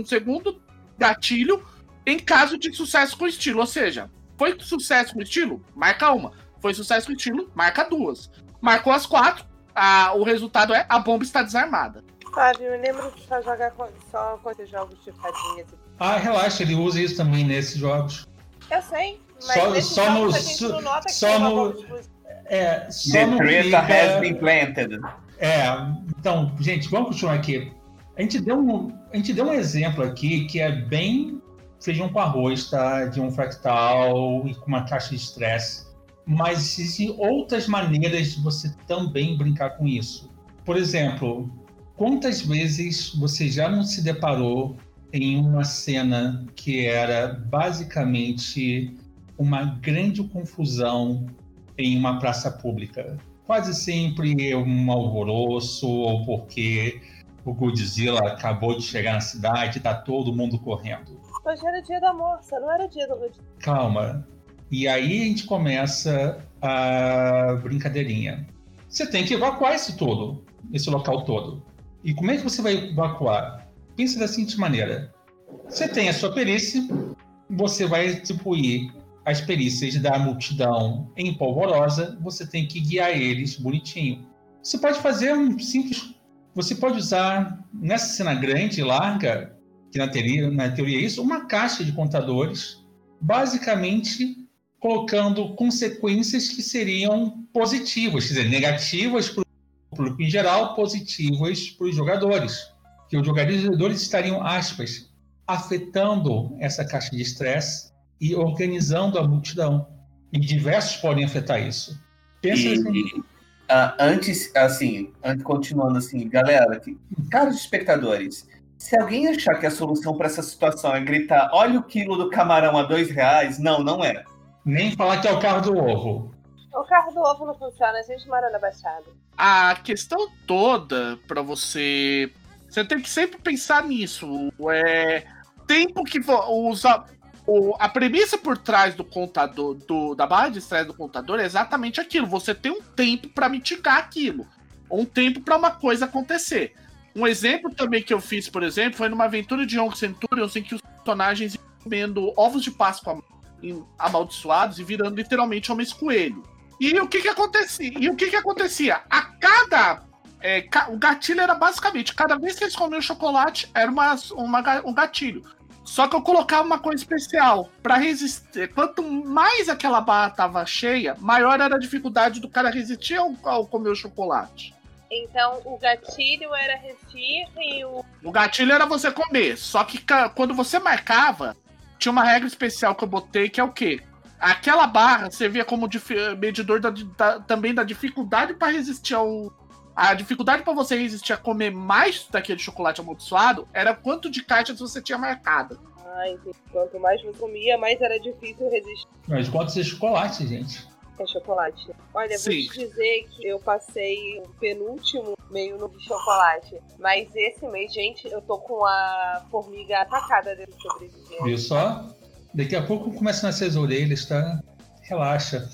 Speaker 2: gatilho em caso de sucesso com estilo. Ou seja, foi sucesso com estilo? Marca 1. Foi sucesso com estilo? Marca 2. Marcou as 4, o resultado é a bomba está desarmada.
Speaker 4: Fábio, me lembro de jogar só com esses jogos de fadinhas.
Speaker 5: Relaxa, ele usa isso também nesses jogos.
Speaker 4: Eu sei, mas nesse jogo a gente não nota que tem uma bomba explosiva.
Speaker 3: The threat has been planted.
Speaker 5: Então, gente, vamos continuar aqui. A gente deu um exemplo aqui que é bem feijão com arroz, tá? De um fractal e com uma caixa de estresse. Mas existem outras maneiras de você também brincar com isso. Por exemplo, quantas vezes você já não se deparou em uma cena que era basicamente uma grande confusão em uma praça pública? Quase sempre um alvoroço, ou porque o Godzilla acabou de chegar na cidade e tá todo mundo correndo.
Speaker 4: Hoje era dia da moça, não era dia do Godzilla.
Speaker 5: Calma. E aí a gente começa a brincadeirinha. Você tem que evacuar esse local todo. E como é que você vai evacuar? Pensa da seguinte maneira. Você tem a sua perícia, você vai distribuir as perícias da multidão em polvorosa, você tem que guiar eles bonitinho. Você pode fazer um simples... Você pode usar, nessa cena grande e larga, que na teoria é isso, uma caixa de contadores, basicamente colocando consequências que seriam positivas, quer dizer, negativas para o público em geral, positivas para os jogadores. Que os jogadores estariam, aspas, afetando essa caixa de estresse e organizando a multidão. E diversos podem afetar isso. Pensa assim...
Speaker 3: Antes, continuando assim, galera, caros espectadores, se alguém achar que a solução para essa situação é gritar, olha o quilo do camarão a R$2, não é.
Speaker 5: Nem falar que é o carro do ovo.
Speaker 4: O carro do ovo não funciona, a gente mora na Baixada.
Speaker 2: A questão toda para você tem que sempre pensar nisso. Tempo que usa... A premissa por trás do contador, da barra de estresse do contador é exatamente aquilo. Você tem um tempo para mitigar aquilo. Ou um tempo para uma coisa acontecer. Um exemplo também que eu fiz, por exemplo, foi numa aventura de Young Centurions em que os personagens iam comendo ovos de Páscoa amaldiçoados e virando literalmente homens coelho. E o que acontecia? A cada... o gatilho era basicamente, cada vez que eles comiam chocolate, era um gatilho. Só que eu colocava uma coisa especial para resistir. Quanto mais aquela barra tava cheia, maior era a dificuldade do cara resistir ao comer o chocolate.
Speaker 4: Então o gatilho era resistir e
Speaker 2: o gatilho era você comer. Só que quando você marcava, tinha uma regra especial que eu botei, que é o quê? Aquela barra servia como medidor também da dificuldade para resistir A dificuldade para você resistir a comer mais daquele chocolate amaldiçoado era quanto de caixas você tinha marcado.
Speaker 4: Entendi. Quanto mais você comia, mais era difícil resistir.
Speaker 5: Mas quanto é chocolate, gente?
Speaker 4: É chocolate. Olha,
Speaker 2: Sim.
Speaker 4: Vou te dizer que eu passei o penúltimo meio no de chocolate. Mas esse mês, gente, eu tô com a formiga atacada dentro do sobrevivente.
Speaker 5: Viu só? Daqui a pouco começa a nascer as orelhas, tá? Relaxa.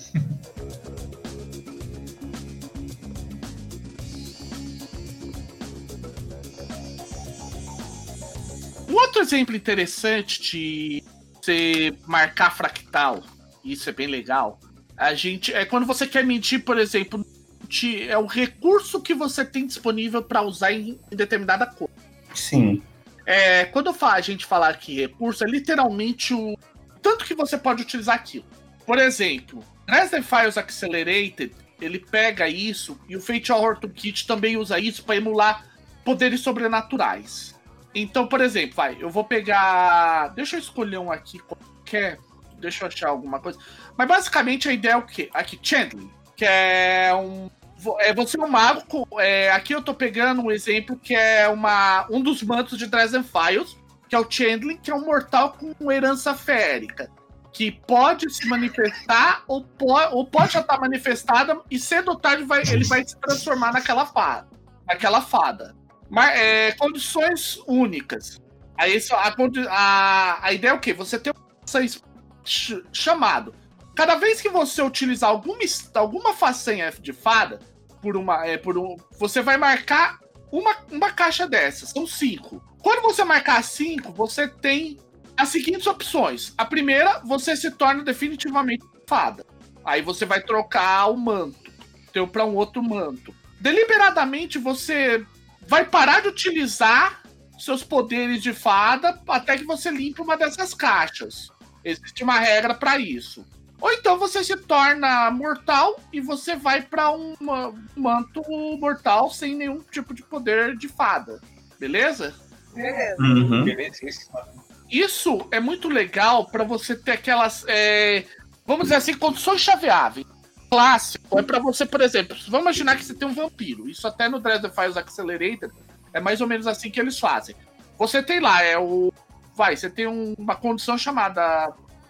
Speaker 2: Um outro exemplo interessante de você marcar fractal, isso é bem legal, quando você quer medir, por exemplo, é o recurso que você tem disponível para usar em determinada coisa.
Speaker 3: Sim.
Speaker 2: Quando a gente fala aqui recurso, é literalmente o tanto que você pode utilizar aquilo. Por exemplo, Dresden Files Accelerated, ele pega isso, e o Fate Horror Toolkit também usa isso para emular poderes sobrenaturais. Então, por exemplo, eu vou pegar... Deixa eu escolher um aqui qualquer... Deixa eu achar alguma coisa. Mas basicamente a ideia é o quê? Aqui, Channeling, que é você é um mago. Aqui eu tô pegando um exemplo que é um dos mantos de Dresden Files, que é o Channeling, que é um mortal com herança férica, que pode se manifestar ou pode já estar manifestada e cedo ou tarde ele vai se transformar naquela fada. Mas, condições únicas. Aí a ideia é o quê? Você tem chamado. Cada vez que você utilizar alguma façanha de fada, você vai marcar uma caixa dessas. São 5. Quando você marcar 5, você tem as seguintes opções. A primeira, você se torna definitivamente fada. Aí você vai trocar o manto para um outro manto. Deliberadamente, você vai parar de utilizar seus poderes de fada até que você limpe uma dessas caixas. Existe uma regra para isso. Ou então você se torna mortal e você vai para um manto mortal sem nenhum tipo de poder de fada. Beleza?
Speaker 4: Beleza.
Speaker 3: Uhum.
Speaker 2: Isso é muito legal para você ter aquelas, vamos dizer assim, condições chaveáveis. Clássico é para você, por exemplo, vamos imaginar que você tem um vampiro. Isso até no Dresden Files Accelerator é mais ou menos assim que eles fazem. Você tem lá, você tem uma condição chamada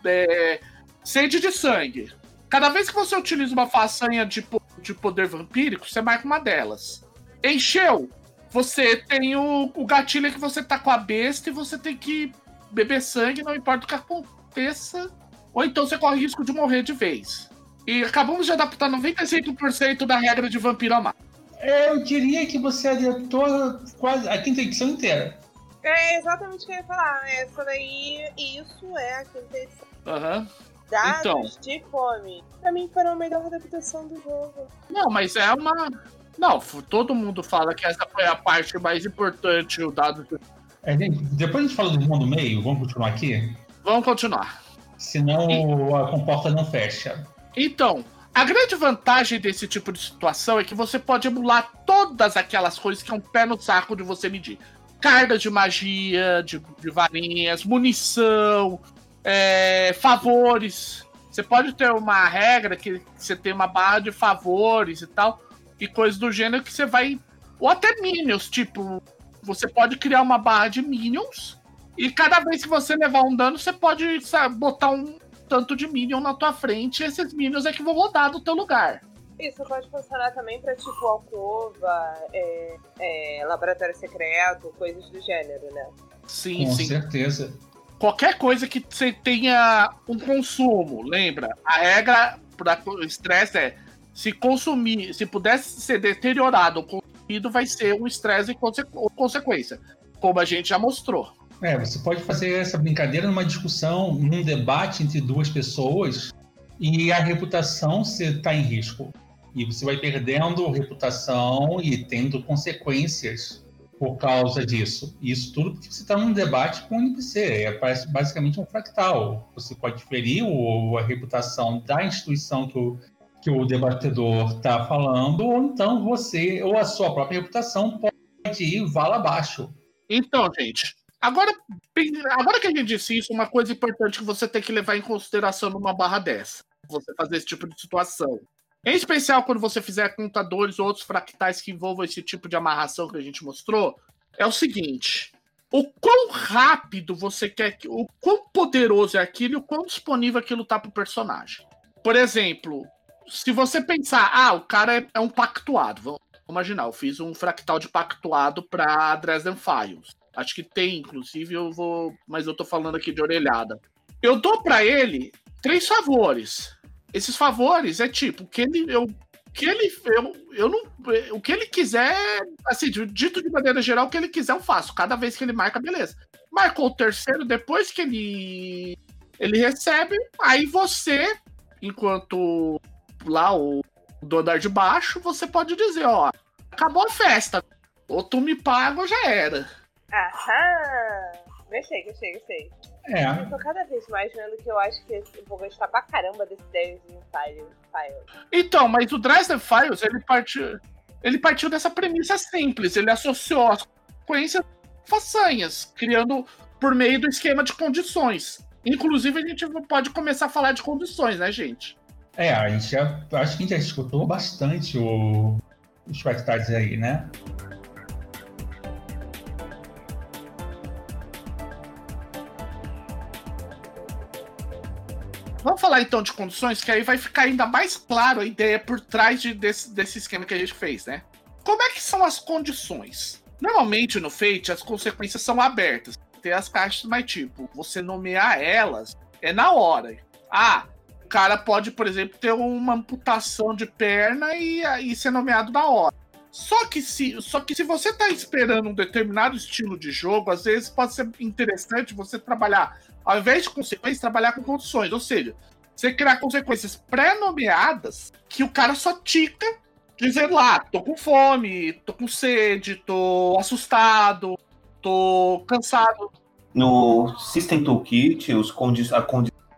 Speaker 2: sede de sangue. Cada vez que você utiliza uma façanha de poder vampírico, você marca uma delas. Encheu, você tem o gatilho que você tá com a besta e você tem que beber sangue, não importa o que aconteça. Ou então você corre risco de morrer de vez. E acabamos de adaptar 95% da regra de vampiro a mais.
Speaker 5: Eu diria que você adiantou quase a quinta edição inteira.
Speaker 4: É exatamente o que eu ia falar. Essa daí, isso é a quinta edição.
Speaker 2: Aham.
Speaker 4: Dados
Speaker 2: Então.
Speaker 4: de fome. Pra mim foram a melhor adaptação do jogo.
Speaker 2: Não, mas é uma... Não, todo mundo fala que essa foi a parte mais importante, o dado...
Speaker 5: Gente, depois a gente fala do mundo meio, vamos continuar aqui?
Speaker 2: Vamos continuar.
Speaker 5: Senão a comporta não fecha.
Speaker 2: Então, a grande vantagem desse tipo de situação é que você pode emular todas aquelas coisas que é um pé no saco de você medir. Cargas de magia, de varinhas, munição, favores. Você pode ter uma regra que você tem uma barra de favores e tal, e coisas do gênero que você vai... Ou até minions, tipo, você pode criar uma barra de minions, e cada vez que você levar um dano, você pode botar um tanto de minion na tua frente, e esses minions é que vão rodar do teu lugar.
Speaker 4: Isso pode funcionar também pra tipo alcova, laboratório secreto, coisas do gênero, né?
Speaker 2: Sim,
Speaker 5: Com
Speaker 2: sim.
Speaker 5: certeza.
Speaker 2: Qualquer coisa que você tenha um consumo, lembra? A regra para estresse é se consumir, se pudesse ser deteriorado ou consumido, vai ser um estresse ou consequência, como a gente já mostrou.
Speaker 5: Você pode fazer essa brincadeira numa discussão, num debate entre duas pessoas, e a reputação está em risco. E você vai perdendo reputação e tendo consequências por causa disso. Isso tudo porque você está num debate com o NPC. Parece basicamente um fractal. Você pode ferir a reputação da instituição que o debatedor está falando, ou então você, ou a sua própria reputação pode ir vala abaixo.
Speaker 2: Então, gente, agora que a gente disse isso, uma coisa importante que você tem que levar em consideração numa barra dessa, você fazer esse tipo de situação. Em especial quando você fizer contadores ou outros fractais que envolvam esse tipo de amarração que a gente mostrou, é o seguinte: o quão rápido você quer, o quão poderoso é aquilo e o quão disponível aquilo tá pro personagem. Por exemplo, se você pensar, o cara é um pactuado, vamos imaginar, eu fiz um fractal de pactuado pra Dresden Files. Acho que tem, inclusive, mas eu tô falando aqui de orelhada. Eu dou pra ele 3 favores. Esses favores é tipo, o que ele quiser, assim, dito de maneira geral, o que ele quiser eu faço. Cada vez que ele marca, beleza. Marcou o terceiro, depois que ele recebe, aí você, enquanto lá o do andar de baixo, você pode dizer, acabou a festa. Ou tu me paga ou já era.
Speaker 4: Aham! Gostei. Eu tô cada vez mais vendo que eu acho que eu vou gostar pra caramba desse Dresden Files.
Speaker 2: Então, mas o Dresden Files, ele partiu dessa premissa simples. Ele associou as consequências façanhas, criando por meio do esquema de condições. Inclusive, a gente pode começar a falar de condições, né, gente?
Speaker 5: Acho que a gente já escutou bastante os fractais aí, né?
Speaker 2: Vamos falar então de condições, que aí vai ficar ainda mais claro a ideia por trás desse esquema que a gente fez, né? Como é que são as condições? Normalmente no Fate as consequências são abertas. Tem as caixas, mas tipo, você nomear elas é na hora. O cara pode, por exemplo, ter uma amputação de perna e ser nomeado na hora. Só que se você tá esperando um determinado estilo de jogo, às vezes pode ser interessante você trabalhar, ao invés de consequências, trabalhar com condições. Ou seja, você criar consequências pré-nomeadas que o cara só tica, dizendo tô com fome, tô com sede, tô assustado, tô cansado.
Speaker 3: No System Toolkit, a condição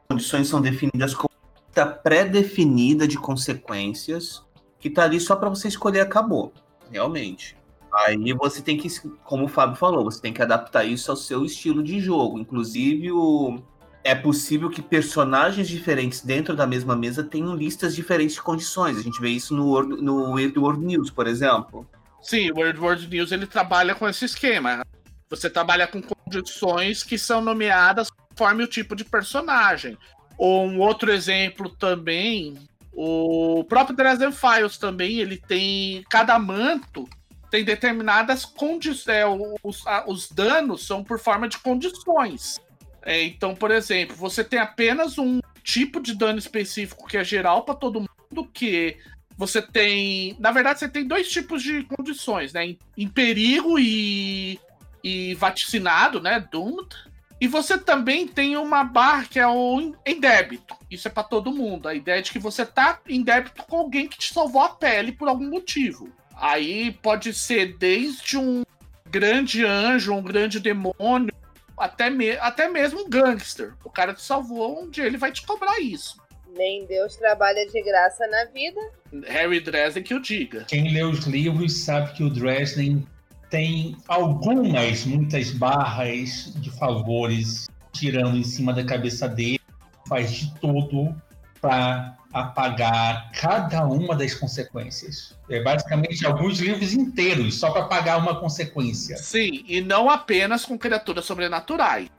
Speaker 3: condições são definidas como lista pré-definida de consequências que tá ali só para você escolher, acabou, realmente. Aí você tem que, como o Fábio falou, você tem que adaptar isso ao seu estilo de jogo. Inclusive, é possível que personagens diferentes dentro da mesma mesa tenham listas diferentes de condições. A gente vê isso no Weird World News, por exemplo.
Speaker 2: Sim, o Weird World News ele trabalha com esse esquema. Você trabalha com condições que são nomeadas conforme o tipo de personagem. Ou um outro exemplo também, o próprio Dresden Files também, ele tem... Cada manto tem determinadas condições. Os danos são por forma de condições. Então, por exemplo, você tem apenas um tipo de dano específico que é geral para todo mundo, que você tem... Na verdade, você tem 2 tipos de condições, né? Em perigo e vaticinado, né? Doomed. E você também tem uma barra que é o em débito. Isso é para todo mundo. A ideia é de que você tá em débito com alguém que te salvou a pele por algum motivo. Aí pode ser desde um grande anjo, um grande demônio, até mesmo um gangster. O cara te salvou, um dia ele vai te cobrar isso.
Speaker 4: Nem Deus trabalha de graça na vida.
Speaker 2: Harry Dresden que o diga.
Speaker 5: Quem lê os livros sabe que o Dresden tem muitas barras de favores tirando em cima da cabeça dele, faz de tudo para apagar cada uma das consequências. É basicamente alguns livros inteiros só para apagar uma consequência.
Speaker 2: Sim, e não apenas com criaturas sobrenaturais.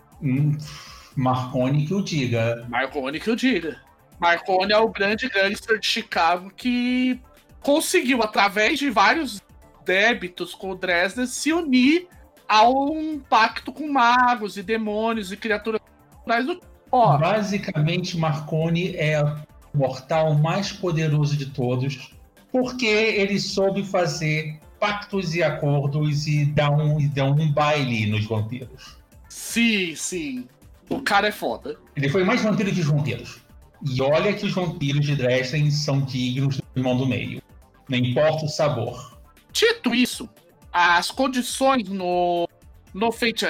Speaker 5: Marconi que o diga.
Speaker 2: Marconi que o diga. Marconi é o grande gangster de Chicago que conseguiu, através de vários débitos com o Dresden, se unir a um pacto com magos e demônios e criaturas do...
Speaker 5: Basicamente, Marconi é o mortal mais poderoso de todos, porque ele soube fazer pactos e acordos e dar um baile nos vampiros.
Speaker 2: Sim, sim. O cara é foda.
Speaker 5: Ele foi mais vampiro que os vampiros. E olha que os vampiros de Dresden são dignos do irmão do meio. Não importa o sabor.
Speaker 2: Dito isso, as condições no Fate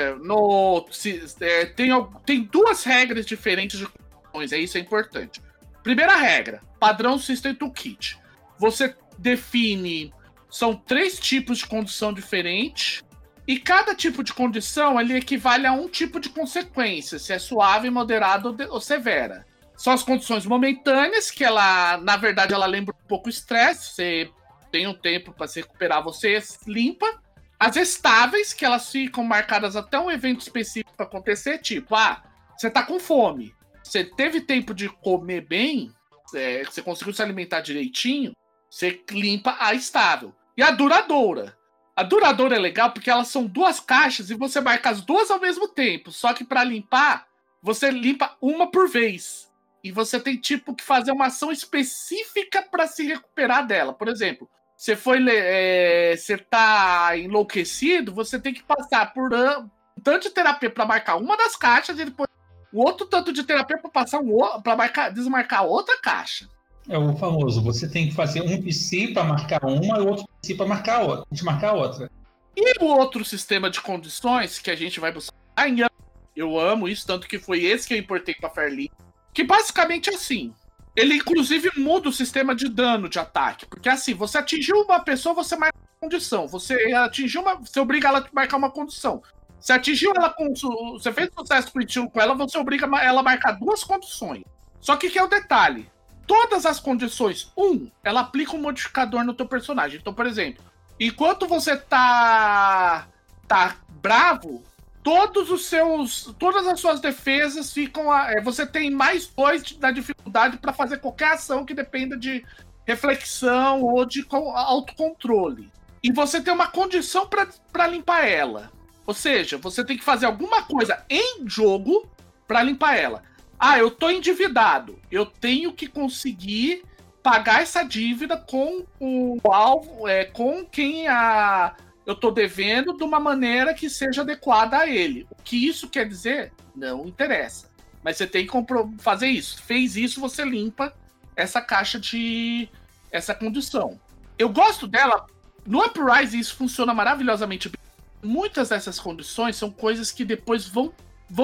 Speaker 2: tem 2 regras diferentes de condições, isso é importante. Primeira regra, padrão System Toolkit. Você define, são 3 tipos de condição diferentes, e cada tipo de condição ele equivale a um tipo de consequência, se é suave, moderada ou severa. São as condições momentâneas, que na verdade, ela lembra um pouco o estresse, você tem um tempo para se recuperar, você limpa. As estáveis, que elas ficam marcadas até um evento específico para acontecer, tipo, você tá com fome, você teve tempo de comer bem, você conseguiu se alimentar direitinho, você limpa a estável. E a duradoura. A duradoura é legal porque elas são 2 caixas e você marca as 2 ao mesmo tempo, só que para limpar, você limpa uma por vez. E você tem tipo que fazer uma ação específica para se recuperar dela. Por exemplo, você tá enlouquecido, você tem que passar por um tanto de terapia para marcar uma das caixas e depois o outro tanto de terapia para passar para desmarcar outra caixa.
Speaker 5: É o famoso, você tem que fazer um PC para marcar uma e outro PC para marcar outra, desmarcar outra.
Speaker 2: E o outro sistema de condições que a gente vai buscar, eu amo isso, tanto que foi esse que eu importei para Fairly, que basicamente é assim. Ele, inclusive, muda o sistema de dano de ataque. Porque, assim, você atingiu uma pessoa, você marca uma condição. Você obriga ela a marcar uma condição. Você atingiu ela você fez sucesso crítico com ela, você obriga ela a marcar 2 condições. Só que é o detalhe. Todas as condições, ela aplica um modificador no teu personagem. Então, por exemplo, enquanto você tá bravo, todas as suas defesas ficam... você tem mais 2 da dificuldade para fazer qualquer ação que dependa de reflexão ou de autocontrole. E você tem uma condição para limpar ela. Ou seja, você tem que fazer alguma coisa em jogo para limpar ela. Eu tô endividado. Eu tenho que conseguir pagar essa dívida com o alvo, com quem eu tô devendo, de uma maneira que seja adequada a ele. O que isso quer dizer? Não interessa. Mas você tem que fazer isso. Fez isso, você limpa essa caixa essa condição. Eu gosto dela. No Uprising isso funciona maravilhosamente bem. Muitas dessas condições são coisas que depois vão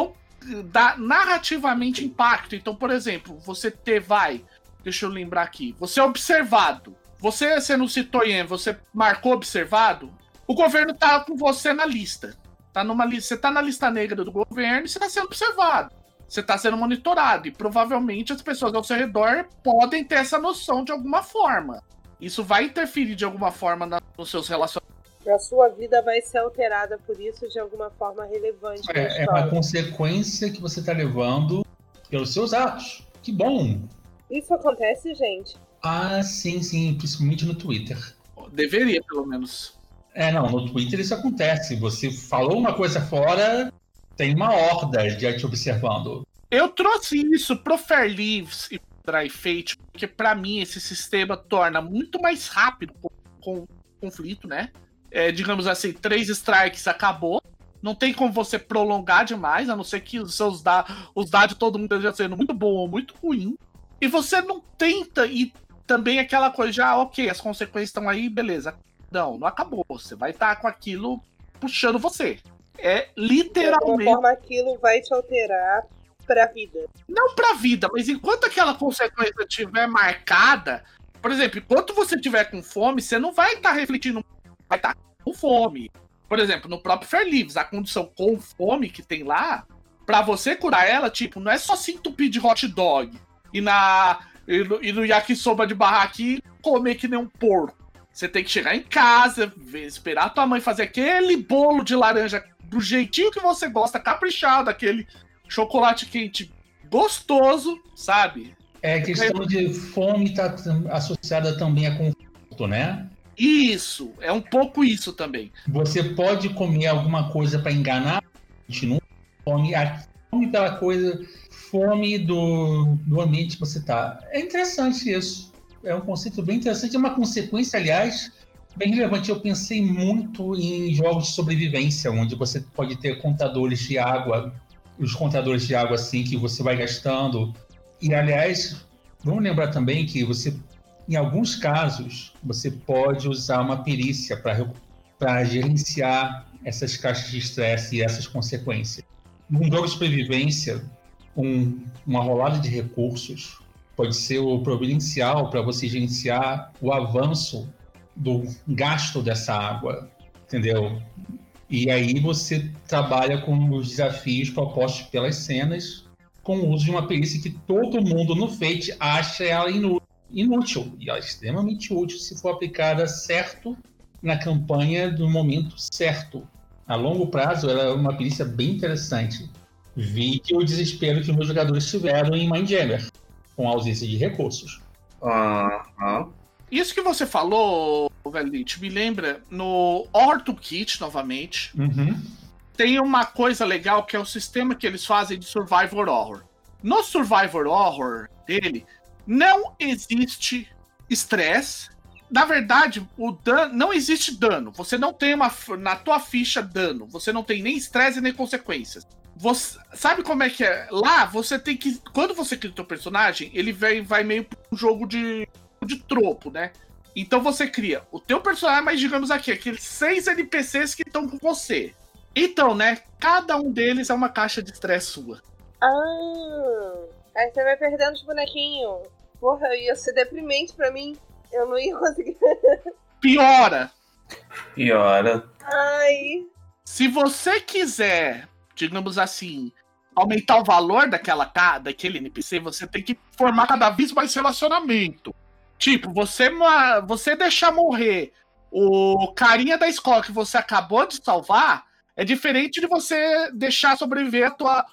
Speaker 2: dá narrativamente impacto. Então, por exemplo, deixa eu lembrar aqui, você é observado. Você não citou, Ian, você marcou observado, o governo tá com você na lista. Você tá na lista negra do governo e você tá sendo observado. Você tá sendo monitorado. E provavelmente as pessoas ao seu redor podem ter essa noção de alguma forma. Isso vai interferir de alguma forma nos seus relacionamentos.
Speaker 4: A sua vida vai ser alterada por isso de alguma forma relevante.
Speaker 5: É uma consequência que você tá levando pelos seus atos. Que bom!
Speaker 4: Isso acontece, gente?
Speaker 5: Ah, sim, principalmente no Twitter.
Speaker 2: Deveria, pelo menos.
Speaker 5: Não, no Twitter isso acontece. Você falou uma coisa fora, tem uma horda já te observando.
Speaker 2: Eu trouxe isso pro Fairleaves e pro Dry Fate, porque pra mim esse sistema torna muito mais rápido com conflito, né? Digamos assim, 3 strikes acabou. Não tem como você prolongar demais, a não ser que os dados de todo mundo estejam sendo muito bom ou muito ruim. E você não tenta, e também aquela coisa de, ok, as consequências estão aí, beleza. Não acabou. Você vai estar com aquilo puxando você. Literalmente.
Speaker 4: De alguma forma aquilo vai te alterar pra vida.
Speaker 2: Não pra vida, mas enquanto aquela consequência estiver marcada, por exemplo, enquanto você estiver com fome, você não vai estar refletindo, vai estar com fome. Por exemplo, no próprio Fairleaves, a condição com fome que tem lá, pra você curar ela, tipo, não é só se entupir de hot dog e no yakisoba de barraquinha comer que nem um porco. Você tem que chegar em casa, esperar a tua mãe fazer aquele bolo de laranja do jeitinho que você gosta, caprichado, aquele chocolate quente gostoso, sabe?
Speaker 5: A questão de fome está associada também a conforto, né?
Speaker 2: Isso, é um pouco isso também.
Speaker 5: Você pode comer alguma coisa para enganar, continua fome, a fome pela coisa, fome do ambiente que você está. É interessante isso. É um conceito bem interessante, é uma consequência, aliás, bem relevante. Eu pensei muito em jogos de sobrevivência, onde você pode ter contadores de água, os contadores de água assim que você vai gastando. E, aliás, vamos lembrar também que você, em alguns casos, você pode usar uma perícia para gerenciar essas caixas de estresse e essas consequências. Num jogo de sobrevivência, uma rolada de recursos pode ser o providencial para você gerenciar o avanço do gasto dessa água, entendeu? E aí você trabalha com os desafios propostos pelas cenas com o uso de uma perícia que todo mundo no Fate acha ela inútil. E ela é extremamente útil se for aplicada certo na campanha do momento certo. A longo prazo, ela é uma perícia bem interessante. Vi que o desespero que os meus jogadores tiveram em Mindjammer, com a ausência de recursos.
Speaker 2: Isso que você falou, Velite, me lembra no Horror Toolkit, novamente. Tem uma coisa legal que é o sistema que eles fazem de Survivor Horror. No Survivor Horror dele, não existe estresse. Na verdade, não existe dano. Você não tem na tua ficha dano. Você não tem nem estresse nem consequências. Você, sabe como é que é? Lá, você tem que... Quando você cria o teu personagem, ele vai meio para um jogo de tropo, né? Então você cria o teu personagem, mas digamos aqui, aqueles 6 NPCs que estão com você. Então, né? Cada um deles é uma caixa de estresse sua.
Speaker 4: Aí você vai perdendo os bonequinhos. Porra, ia ser deprimente pra mim. Eu não ia conseguir.
Speaker 2: Piora.
Speaker 4: Ai.
Speaker 2: Se você quiser, digamos assim, aumentar o valor daquele NPC, você tem que formar cada vez mais relacionamento. Tipo, você deixar morrer o carinha da escola que você acabou de salvar é diferente de você deixar sobreviver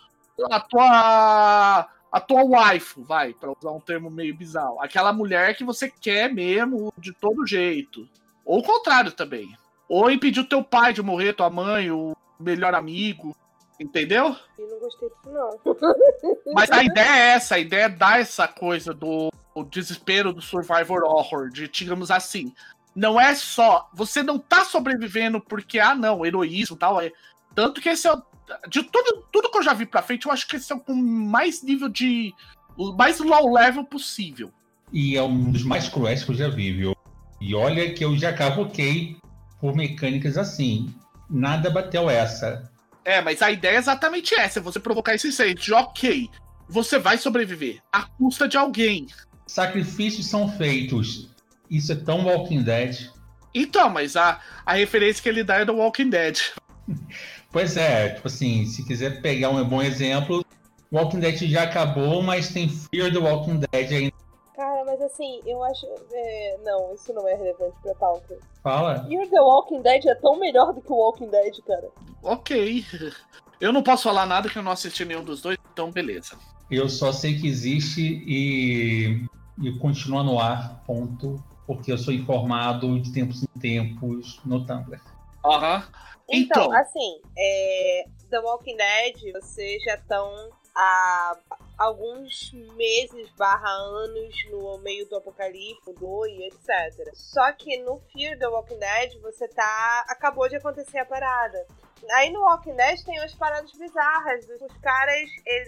Speaker 2: a tua waifu, pra usar um termo meio bizarro. Aquela mulher que você quer mesmo, de todo jeito. Ou o contrário também. Ou impedir o teu pai de morrer, tua mãe, o melhor amigo. Entendeu?
Speaker 4: Eu não gostei disso, não.
Speaker 2: Mas a ideia é essa. A ideia é dar essa coisa do desespero do Survivor Horror. De, digamos assim, não é só... Você não tá sobrevivendo porque, heroísmo e tal. Tanto que esse é de tudo que eu já vi pra frente, eu acho que esse é o mais nível de... O mais low level possível.
Speaker 5: E é um dos mais cruéis que eu já vi, viu? E olha que eu já cavoquei por mecânicas assim. Nada bateu essa.
Speaker 2: Mas a ideia é exatamente essa, é você provocar esse senso de, ok, você vai sobreviver, à custa de alguém.
Speaker 5: Sacrifícios são feitos. Isso é tão Walking Dead.
Speaker 2: Então, mas a referência que ele dá é do Walking Dead.
Speaker 5: Pois é, tipo assim, se quiser pegar um bom exemplo, Walking Dead já acabou, mas tem Fear the Walking Dead ainda.
Speaker 4: Cara, mas assim, eu acho... não, isso não é relevante pra pauta.
Speaker 5: Fala.
Speaker 4: Fear the Walking Dead é tão melhor do que o Walking Dead, cara.
Speaker 2: Ok. Eu não posso falar nada que eu não assisti nenhum dos dois, então beleza.
Speaker 5: Eu só sei que existe e continua no ar, ponto. Porque eu sou informado de tempos em tempos no Tumblr.
Speaker 2: Aham.
Speaker 4: Então, assim, The Walking Dead, vocês já estão há alguns meses / anos no meio do apocalipse, e etc. Só que no Fear the Walking Dead, você acabou de acontecer a parada. Aí no Walking Dead tem umas paradas bizarras. Os caras,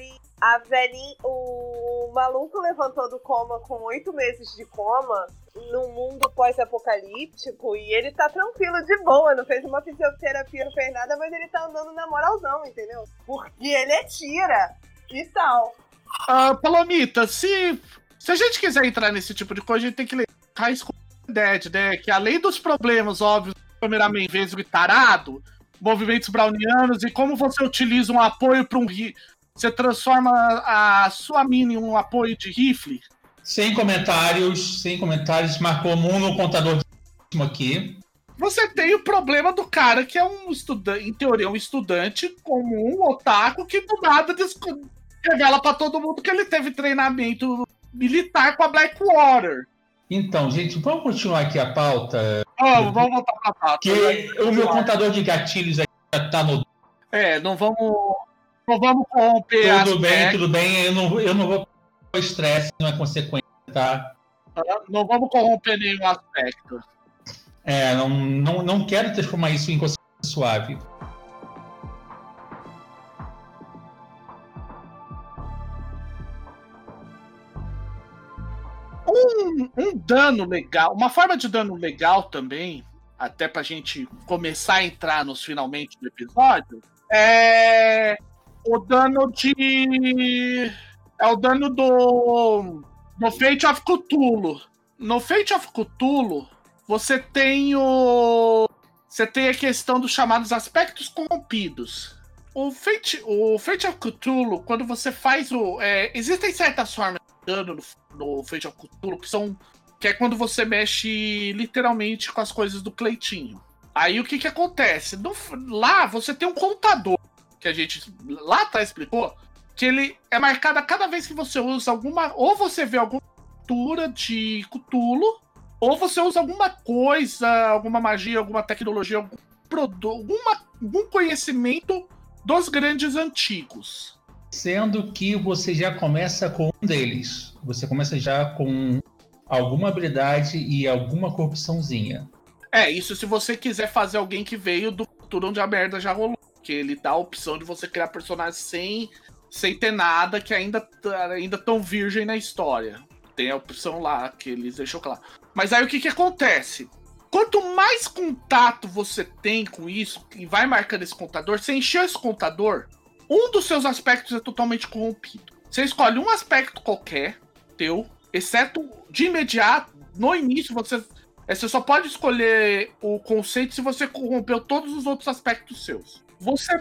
Speaker 4: o maluco levantou do coma com 8 meses de coma num mundo pós-apocalíptico e ele tá tranquilo, de boa, não fez uma fisioterapia, não fez nada, mas ele tá andando na moralzão, entendeu? Porque ele tira e tal.
Speaker 2: Palomita, se a gente quiser entrar nesse tipo de coisa, a gente tem que ler High School Dead, né? Que além dos problemas óbvios, cameraman vezes e tarado, movimentos brownianos e como você utiliza um apoio para você transforma a sua mina em um apoio de rifle.
Speaker 5: Sem comentários, marcou no contador de aqui.
Speaker 2: Você tem o problema do cara que é um estudante, em teoria, um estudante comum, otaku, que do nada revela pra todo mundo que ele teve treinamento militar com a Blackwater.
Speaker 5: Então, gente, vamos continuar aqui a pauta.
Speaker 2: Vamos voltar pra pauta.
Speaker 5: Que o meu contador de gatilhos já tá no...
Speaker 2: Não vamos corromper.
Speaker 5: Tudo bem, eu não vou pôr estresse, não é consequência, tá?
Speaker 2: Não vamos corromper nenhum aspecto.
Speaker 5: Não quero transformar isso em consequência suave.
Speaker 2: Um dano legal, uma forma de dano legal também, até pra gente começar a entrar finalmente do episódio, é o dano do Fate of Cthulhu. No Fate of Cthulhu, você tem a questão dos chamados aspectos corrompidos. O Fate of Cthulhu, quando você faz existem certas formas de dano no Fate of Cthulhu que é quando você mexe literalmente com as coisas do Cleitinho. Aí o que acontece? Lá você tem um contador, que a gente lá atrás explicou, que ele é marcado a cada vez que você usa ou você vê alguma cultura de Cthulhu, ou você usa alguma coisa, alguma magia, alguma tecnologia, algum produto, algum conhecimento dos grandes antigos.
Speaker 5: Sendo que você já começa com um deles. Você começa já com alguma habilidade e alguma corrupçãozinha.
Speaker 2: Isso se você quiser fazer alguém que veio do futuro onde a merda já rolou. Que ele dá a opção de você criar personagens sem ter nada, que ainda tão virgem na história. Tem a opção lá, que eles deixam claro. Mas aí o que acontece? Quanto mais contato você tem com isso, e vai marcando esse contador, você encheu esse contador, um dos seus aspectos é totalmente corrompido. Você escolhe um aspecto qualquer, teu, exceto de imediato, no início, você só pode escolher o conceito se você corrompeu todos os outros aspectos seus. Você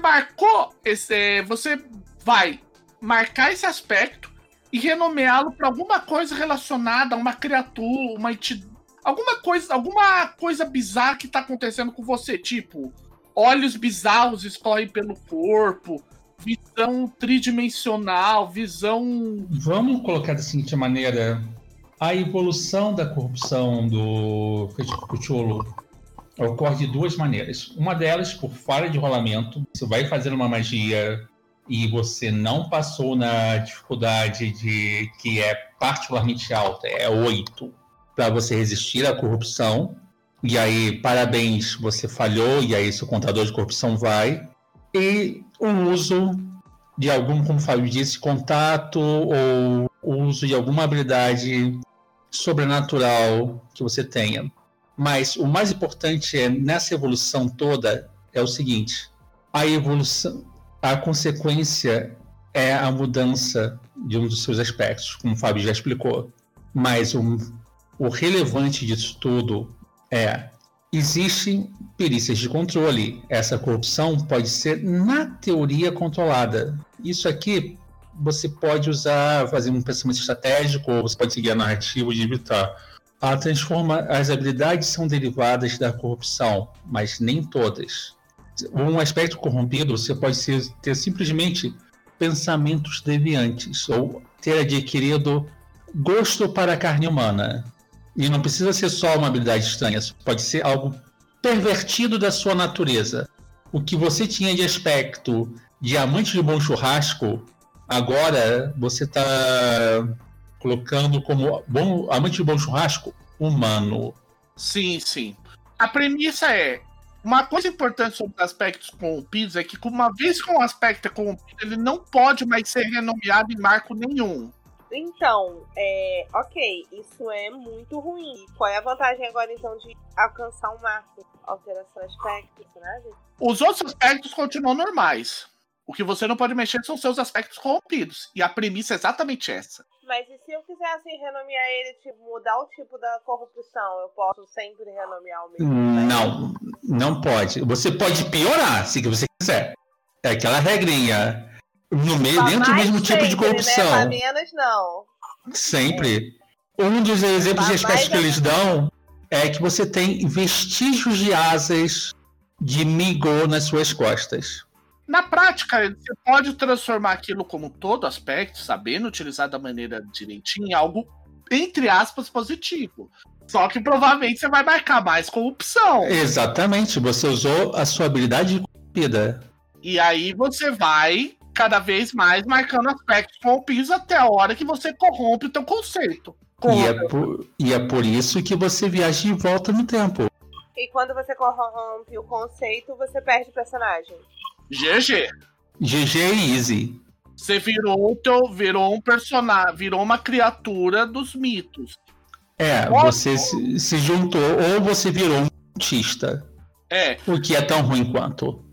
Speaker 2: você vai marcar esse aspecto e renomeá-lo para alguma coisa relacionada a uma criatura, uma entidade, alguma coisa bizarra que tá acontecendo com você, tipo, olhos bizarros escorrem pelo corpo, visão tridimensional, visão...
Speaker 5: Vamos colocar da seguinte maneira: a evolução da corrupção do Cthulhu ocorre de duas maneiras. Uma delas, por falha de rolamento. Você vai fazer uma magia e você não passou na dificuldade que é particularmente alta, é 8, para você resistir à corrupção. E aí, parabéns, você falhou, e aí seu contador de corrupção vai. E o uso de algum, como o Fábio disse, contato ou o uso de alguma habilidade sobrenatural que você tenha. Mas o mais importante nessa evolução toda é o seguinte:
Speaker 1: a evolução, a consequência é a mudança de um dos seus aspectos, como o Fábio já explicou. Mas o relevante disso tudo existem perícias de controle. Essa corrupção pode ser, na teoria, controlada. Isso aqui você pode usar, fazer um pensamento estratégico, ou você pode seguir a narrativa de evitar. As habilidades são derivadas da corrupção, mas nem todas. Um aspecto corrompido, você pode ter simplesmente pensamentos deviantes, ou ter adquirido gosto para a carne humana. E não precisa ser só uma habilidade estranha, pode ser algo pervertido da sua natureza. O que você tinha de aspecto de amante de bom churrasco, agora você está colocando como amante de bom churrasco humano.
Speaker 2: Sim, sim. A premissa é, uma coisa importante sobre os aspectos corrompidos é que, uma vez que um aspecto é corrompido, ele não pode mais ser renomeado em marco nenhum.
Speaker 4: Então, ok, isso é muito ruim. Qual é a vantagem agora, então, de alcançar um marco? Alteração de aspecto, personagem?
Speaker 2: Os outros aspectos continuam normais. O que você não pode mexer são seus aspectos corrompidos. E a premissa é exatamente essa.
Speaker 4: Mas e se eu quisesse renomear ele, mudar o tipo da corrupção? Eu posso sempre renomear o mesmo?
Speaker 1: Não pode. Você pode piorar, se você quiser. É aquela regrinha. No meio, dentro do mesmo tipo de corrupção.
Speaker 4: Né? Pra menos, não.
Speaker 1: Sempre. Um dos exemplos de aspectos que eles dão é que você tem vestígios de asas de Migo nas suas costas.
Speaker 2: Na prática, você pode transformar aquilo como todo aspecto, sabendo utilizar da maneira direitinho, em algo, entre aspas, positivo. Só que provavelmente você vai marcar mais corrupção.
Speaker 1: Exatamente, você usou a sua habilidade de corrompida.
Speaker 2: E aí você vai cada vez mais marcando aspectos corrompidos até a hora que você corrompe o teu conceito.
Speaker 1: E é por isso que você viaja de volta no tempo.
Speaker 4: E quando você corrompe o conceito, você perde o personagem.
Speaker 2: GG
Speaker 1: e easy.
Speaker 2: Você virou um personagem, virou uma criatura dos mitos.
Speaker 1: Você se juntou, ou você virou um cultista. O que é tão ruim quanto.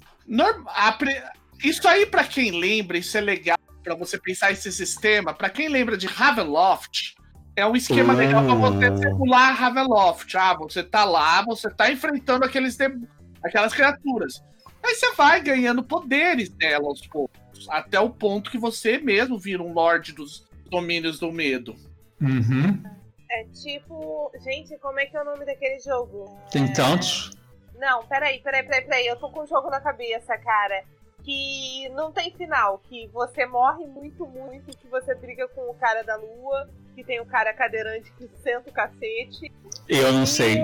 Speaker 2: Isso aí, pra quem lembra, isso é legal pra você pensar esse sistema. Pra quem lembra de Ravenloft, é um esquema legal pra você simular Ravenloft. Você tá lá, você tá enfrentando aquelas criaturas. Aí você vai ganhando poderes dela aos poucos, até o ponto que você mesmo vira um lorde dos domínios do medo.
Speaker 1: Uhum.
Speaker 4: É tipo... Gente, como é que é o nome daquele jogo?
Speaker 1: Tem tantos?
Speaker 4: Não, peraí. Eu tô com um jogo na cabeça, cara. Que não tem final. Que você morre muito, muito. Que você briga com o cara da lua. Que tem o cara cadeirante que senta o cacete.
Speaker 1: Eu não sei.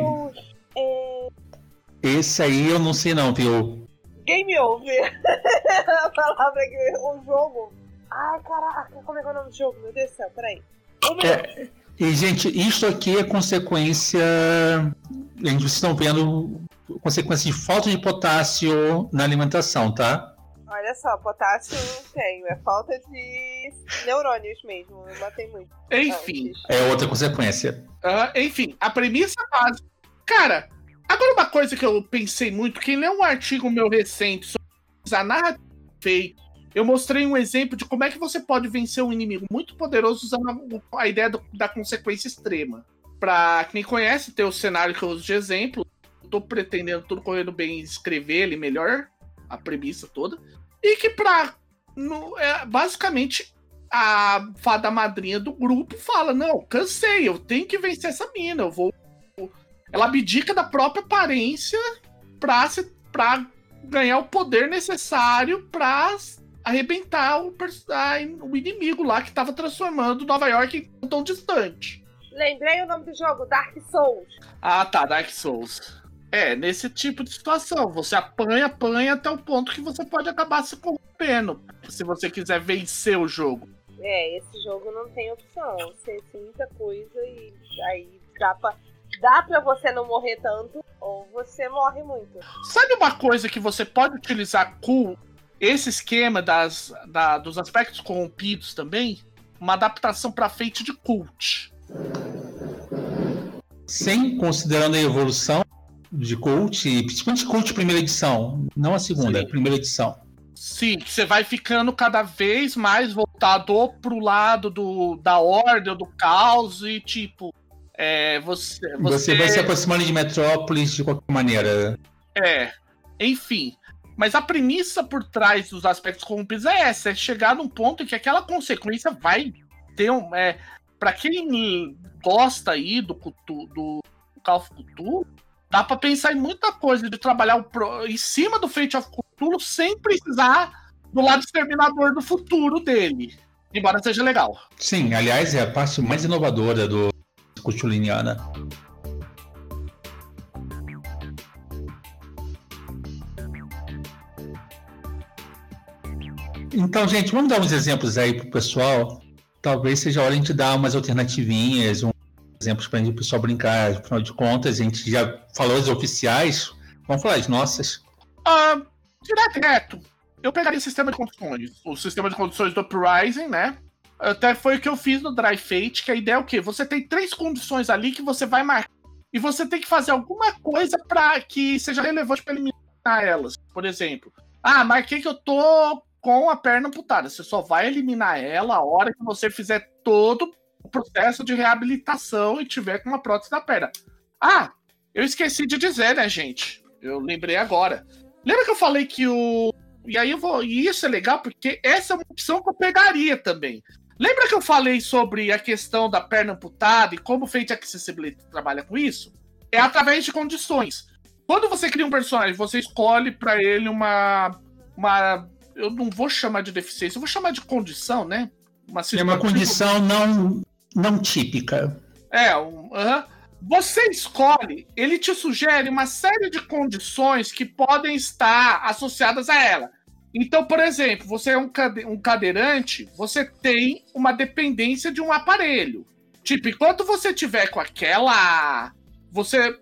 Speaker 1: Esse aí eu não sei não, viu?
Speaker 4: Game over. A palavra que o jogo. Ai, caraca, como é que é o nome do jogo? Meu Deus do céu, peraí.
Speaker 1: E, gente, isso aqui é consequência. Vocês estão vendo consequência de falta de potássio na alimentação, tá?
Speaker 4: Olha só, potássio não tenho, é falta de neurônios mesmo. Eu matei muito.
Speaker 2: Enfim.
Speaker 1: É outra consequência.
Speaker 2: Enfim, a premissa básica. Cara. Agora, uma coisa que eu pensei muito, quem lê um artigo meu recente sobre a narrativa feita, eu mostrei um exemplo de como é que você pode vencer um inimigo muito poderoso usando a ideia da consequência extrema. Pra quem conhece, tem o cenário que eu uso de exemplo, eu tô pretendendo tudo correndo bem escrever ele melhor, a premissa toda, e que basicamente a fada madrinha do grupo fala, não, cansei, eu tenho que vencer essa mina, ela abdica da própria aparência pra ganhar o poder necessário pra arrebentar o inimigo lá que tava transformando Nova York em tão distante.
Speaker 4: Lembrei o nome do jogo, Dark Souls.
Speaker 2: Tá, Dark Souls. Nesse tipo de situação, você apanha até o ponto que você pode acabar se corrompendo, se você quiser vencer o jogo.
Speaker 4: Esse jogo não tem opção, você tem muita coisa e aí dá pra você não morrer tanto, ou você morre muito.
Speaker 2: Sabe uma coisa que você pode utilizar com esse esquema dos aspectos corrompidos também? Uma adaptação pra Fate de Cult.
Speaker 1: Sim, considerando a evolução
Speaker 5: de cult, principalmente cult primeira edição, não a segunda, a primeira edição.
Speaker 2: Sim, que você vai ficando cada vez mais voltado ou pro lado da ordem ou do caos e tipo, você
Speaker 5: vai se aproximando de Metrópolis de qualquer maneira.
Speaker 2: Enfim. Mas a premissa por trás dos aspectos corrompidos é essa, é chegar num ponto em que aquela consequência vai ter pra quem gosta aí do Call of Cthulhu, dá pra pensar em muita coisa de trabalhar em cima do Fate of Cthulhu sem precisar do lado exterminador do futuro dele. Embora seja legal.
Speaker 5: Sim, aliás, é a parte mais inovadora do Cthulhuiana. Então, gente, vamos dar uns exemplos aí pro pessoal. Talvez seja a hora de a gente dar umas alternativinhas, exemplos para o pessoal brincar. Afinal de contas, a gente já falou as oficiais, vamos falar as nossas.
Speaker 2: Direto. Eu pegaria o sistema de condições do Uprising, né? Até foi o que eu fiz no Dry Fate, que a ideia é o quê? Você tem 3 condições ali que você vai marcar. E você tem que fazer alguma coisa para que seja relevante para eliminar elas. Por exemplo, marquei que eu tô com a perna amputada. Você só vai eliminar ela a hora que você fizer todo o processo de reabilitação e tiver com uma prótese da perna. Eu esqueci de dizer, né, gente? Eu lembrei agora. Lembra que eu falei que E isso é legal porque essa é uma opção que eu pegaria também. Lembra que eu falei sobre a questão da perna amputada e como o Fate Accessibility trabalha com isso? É através de condições. Quando você cria um personagem, você escolhe para ele uma... Eu não vou chamar de deficiência, eu vou chamar de condição, né?
Speaker 5: Uma condição não típica.
Speaker 2: Você escolhe, ele te sugere uma série de condições que podem estar associadas a ela. Então, por exemplo, você é um cadeirante, você tem uma dependência de um aparelho. Tipo, enquanto você tiver com aquela... Você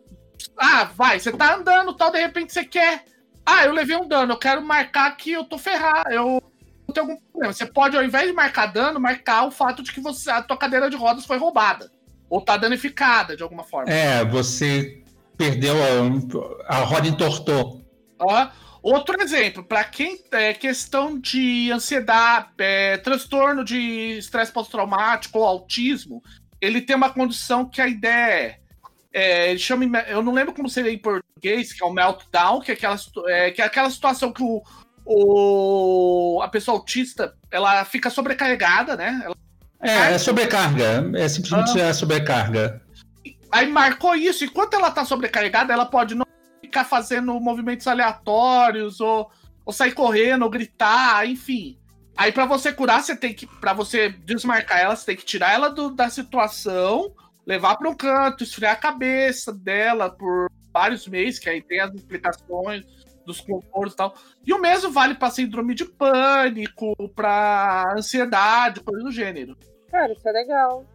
Speaker 2: tá andando, tal, de repente você quer... eu levei um dano, eu quero marcar que eu tô ferrado, eu tenho algum problema. Você pode, ao invés de marcar dano, marcar o fato de que a tua cadeira de rodas foi roubada. Ou tá danificada, de alguma forma.
Speaker 5: Você perdeu a roda entortou.
Speaker 2: Outro exemplo, para quem questão de ansiedade, transtorno de estresse pós-traumático ou autismo, ele tem uma condição que a ideia eu não lembro como seria em português, que é o meltdown, que é aquela situação que a pessoa autista, ela fica sobrecarregada, né?
Speaker 5: É sobrecarga. É simplesmente a sobrecarga.
Speaker 2: Aí marcou isso. Enquanto ela tá sobrecarregada, ela pode não ficar fazendo movimentos aleatórios, ou sair correndo, ou gritar, enfim. Aí pra você curar, pra você desmarcar ela, você tem que tirar ela da situação, levar pra um canto, esfriar a cabeça dela por vários meses, que aí tem as explicações dos confortos e tal. E o mesmo vale pra síndrome de pânico, pra ansiedade, coisa do gênero.
Speaker 4: Cara, isso é legal.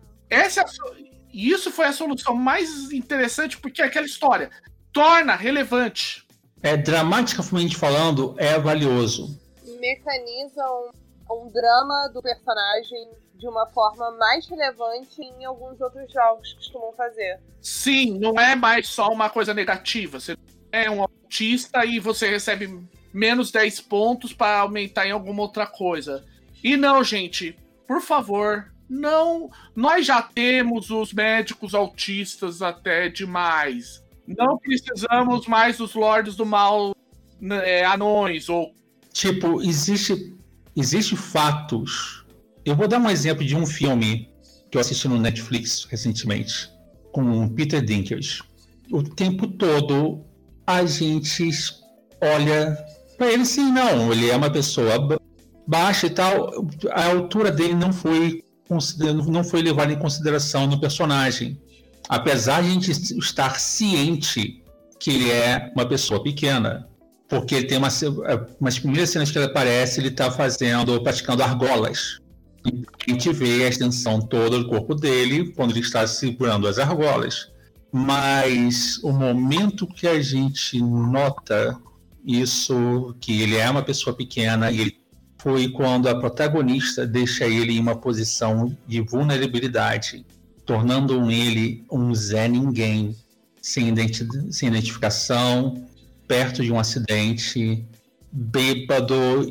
Speaker 2: Isso foi a solução mais interessante, porque aquela história torna relevante.
Speaker 5: Dramaticamente falando, é valioso.
Speaker 4: Mecaniza um drama do personagem de uma forma mais relevante em alguns outros jogos que costumam fazer.
Speaker 2: Sim, não é mais só uma coisa negativa. Você é um autista e você recebe menos 10 pontos para aumentar em alguma outra coisa. E não, gente, por favor, não. Nós já temos os médicos autistas até demais. Não precisamos mais dos Lordes do Mal anões ou...
Speaker 5: Tipo, existe fatos. Eu vou dar um exemplo de um filme que eu assisti no Netflix recentemente, com Peter Dinklage. O tempo todo a gente olha para ele assim, não, ele é uma pessoa baixa e tal. A altura dele não foi levada em consideração no personagem. Apesar de a gente estar ciente que ele é uma pessoa pequena. Porque ele tem umas primeiras cenas que ele aparece, ele está praticando argolas. E a gente vê a extensão toda do corpo dele quando ele está segurando as argolas. Mas o momento que a gente nota isso, que ele é uma pessoa pequena, foi quando a protagonista deixa ele em uma posição de vulnerabilidade, tornando ele um Zé Ninguém,
Speaker 1: sem identificação, perto de um acidente, bêbado,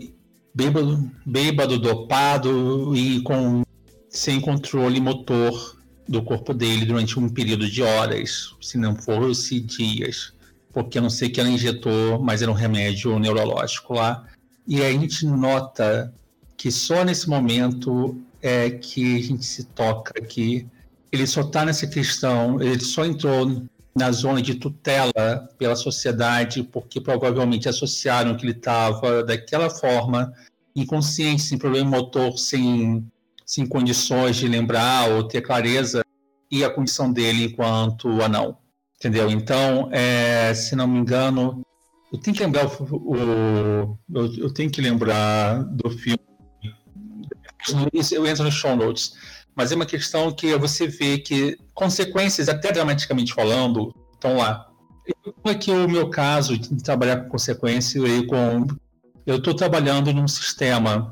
Speaker 1: dopado e sem controle motor do corpo dele durante um período de horas, se não fosse dias, porque eu não sei o que ela injetou, mas era um remédio neurológico lá. E aí a gente nota que só nesse momento é que a gente se toca que ele só está nessa questão, ele só entrou na zona de tutela pela sociedade porque provavelmente associaram que ele estava daquela forma, inconsciente, sem problema motor, sem condições de lembrar ou ter clareza, e a condição dele enquanto anão, entendeu? Então, se não me engano, eu tenho que lembrar eu tenho que lembrar do filme, eu entro no show notes, mas é uma questão que você vê que consequências, até dramaticamente falando, estão lá. Como é que o meu caso de trabalhar com consequência, eu estou trabalhando num sistema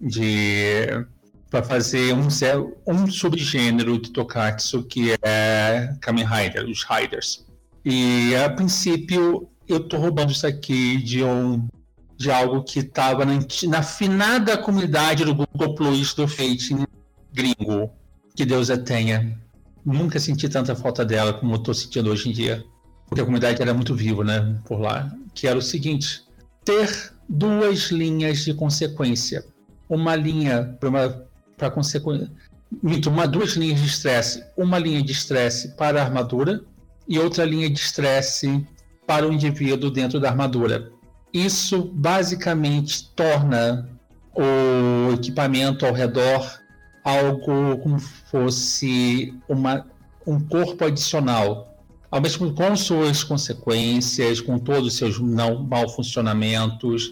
Speaker 1: para fazer um subgênero de Tokatsu que é Kamen Rider, os Riders. E a princípio eu estou roubando isso aqui de algo que estava na finada comunidade do Google Plus do Fate gringo, que Deus a tenha. Nunca senti tanta falta dela como eu estou sentindo hoje em dia, porque a comunidade era muito viva, né, por lá, que era o seguinte: ter 2 linhas de consequência, uma linha para consequência, 2 linhas de estresse, uma linha de estresse para a armadura e outra linha de estresse para o indivíduo dentro da armadura. Isso basicamente torna o equipamento ao redor algo como fosse um corpo adicional, ao mesmo tempo com suas consequências, com todos os seus mal funcionamentos,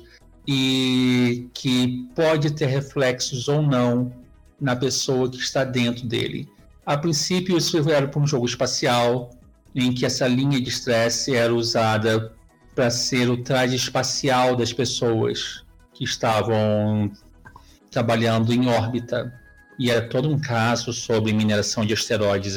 Speaker 1: e que pode ter reflexos ou não na pessoa que está dentro dele. A princípio, isso era para um jogo espacial, em que essa linha de estresse era usada para ser o traje espacial das pessoas que estavam trabalhando em órbita. E era todo um caso sobre mineração de asteroides.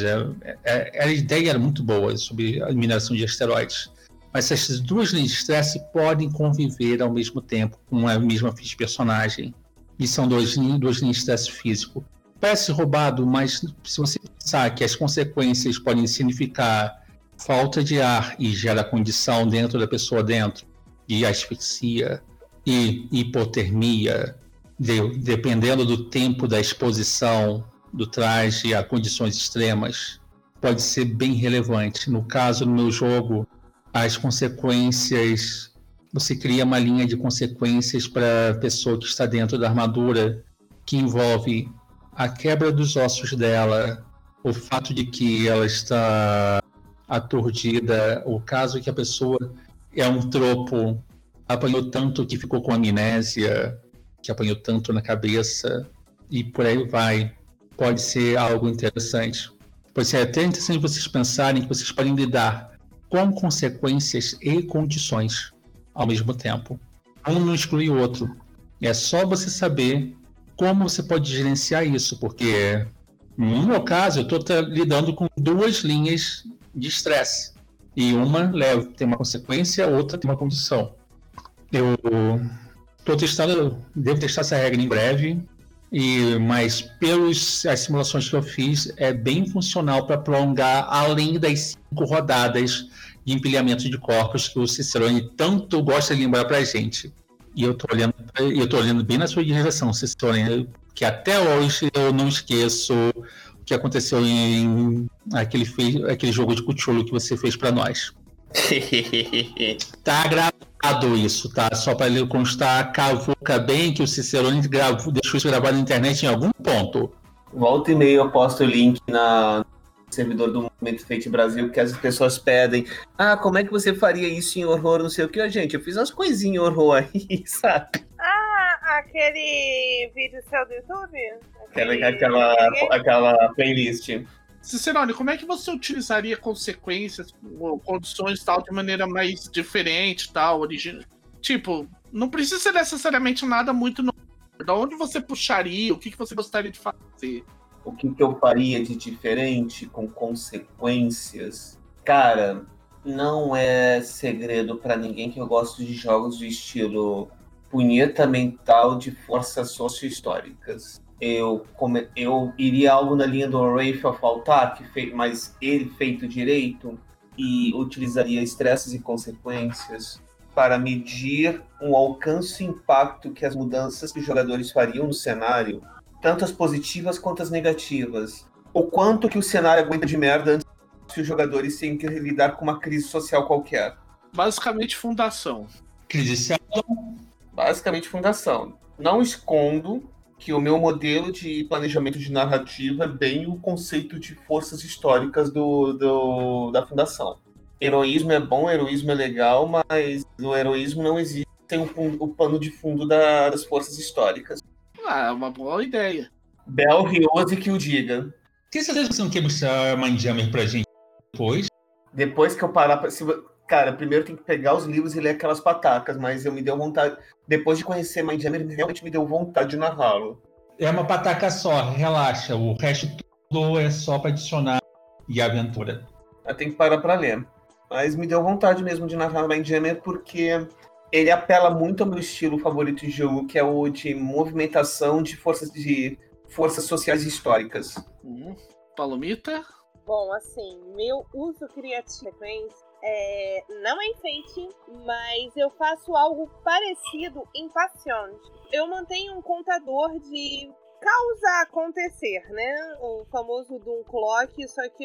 Speaker 1: A ideia era muito boa sobre a mineração de asteroides. Mas essas 2 linhas de estresse podem conviver ao mesmo tempo com a mesma ficha de personagem. E são 2 linhas de estresse físico. Parece roubado, mas se você pensar que as consequências podem significar falta de ar e gera condição dentro da pessoa dentro, e asfixia e hipotermia, dependendo do tempo da exposição do traje a condições extremas, pode ser bem relevante. No caso, no meu jogo, as consequências, você cria uma linha de consequências para a pessoa que está dentro da armadura, que envolve a quebra dos ossos dela, o fato de que ela está aturdida, o caso que a pessoa é um tropo, apanhou tanto que ficou com amnésia, que apanhou tanto na cabeça, e por aí vai. Pode ser algo interessante. Pode ser até interessante vocês pensarem que vocês podem lidar com consequências e condições ao mesmo tempo. Um não exclui o outro. É só você saber como você pode gerenciar isso, porque no meu caso eu estou lidando com 2 linhas de estresse, e uma tem uma consequência, a outra tem uma condição. Eu estou testando, devo testar essa regra em breve, mas pelas simulações que eu fiz, é bem funcional para prolongar além das 5 rodadas de empilhamento de corpos que o Cicerone tanto gosta de lembrar para a gente. E eu estou olhando bem na sua direção, Cicerone, que até hoje eu não esqueço o que aconteceu em aquele jogo de Cthulhu que você fez para nós. Tá gravado isso, tá? Só para ele constar, cavuca bem que o Cicerone deixou isso gravado na internet em algum ponto.
Speaker 3: Volta e meia eu posto o link no servidor do Movimento Fate Brasil, que as pessoas pedem: como é que você faria isso em horror, não sei o que. Gente, eu fiz umas coisinhas em horror aí, sabe?
Speaker 4: Aquele vídeo seu do YouTube?
Speaker 3: Aquela playlist.
Speaker 2: Cicerone, como é que você utilizaria consequências, condições tal, de maneira mais diferente, tal, Tipo, não precisa ser necessariamente nada muito novo. Da onde você puxaria? O que você gostaria de fazer?
Speaker 3: O que eu faria de diferente com consequências? Cara, não é segredo para ninguém que eu gosto de jogos do estilo punheta mental de forças socio-históricas. Eu iria algo na linha do Wraith of Altar, mas ele feito direito, e utilizaria estresses e consequências para medir o alcance e impacto que as mudanças que os jogadores fariam no cenário, tanto as positivas quanto as negativas. O quanto que o cenário aguenta de merda antes que os jogadores tenham que lidar com uma crise social qualquer.
Speaker 2: Basicamente, fundação.
Speaker 5: Crise Sheldon.
Speaker 3: Basicamente, fundação. Não escondo que o meu modelo de planejamento de narrativa é bem o conceito de forças históricas da fundação. Heroísmo é bom, heroísmo é legal, mas o heroísmo não existe sem o pano de fundo das forças históricas.
Speaker 2: É uma boa ideia.
Speaker 3: Bel Riose que o diga.
Speaker 5: Tem certeza que você não quer mostrar Mindjammer pra gente depois?
Speaker 3: Depois que eu parar pra... Cara, primeiro tem que pegar os livros e ler aquelas patacas, mas eu me deu vontade... Depois de conhecer Mindjammer, realmente me deu vontade de narrá-lo.
Speaker 5: É uma pataca só, relaxa. O resto tudo é só pra adicionar e aventura.
Speaker 3: Eu tenho que parar pra ler. Mas me deu vontade mesmo de narrar Mindjammer porque ele apela muito ao meu estilo favorito de jogo, que é o de movimentação de forças sociais históricas.
Speaker 2: Palomita?
Speaker 4: Bom, assim, meu uso criativo não é enfeite, mas eu faço algo parecido em Passions. Eu mantenho um contador de causa acontecer, né? O famoso Doom Clock, só que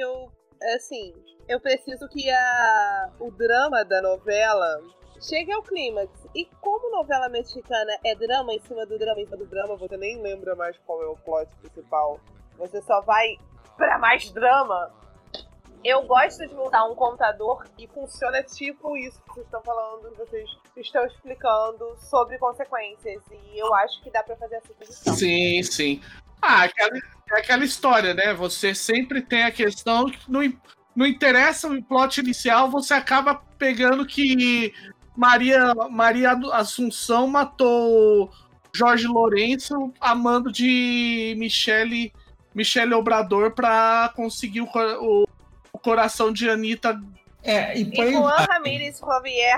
Speaker 4: eu preciso que o drama da novela chegue ao clímax. E como novela mexicana é drama em cima do drama, você nem lembra mais qual é o plot principal. Você só vai pra mais drama. Eu gosto de montar um contador e funciona tipo isso que vocês estão falando, vocês estão explicando sobre consequências. E eu acho que dá pra fazer essa posição.
Speaker 2: Sim, sim. Aquela história, né? Você sempre tem a questão que não interessa o plot inicial, você acaba pegando que Maria Assunção matou Jorge Lourenço a mando de Michele Obrador pra conseguir o coração de Anitta.
Speaker 4: E Juan Ramírez, Javier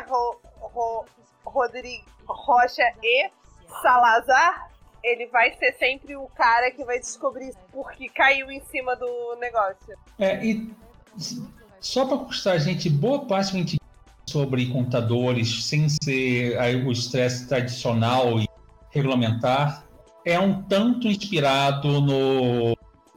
Speaker 4: Rodrigo Rocha e Salazar, ele vai ser sempre o cara que vai descobrir porque caiu em cima do negócio.
Speaker 5: E só para constar, a gente, boa parte que a gente sobre contadores, sem ser o estresse tradicional e regulamentar, é um tanto inspirado no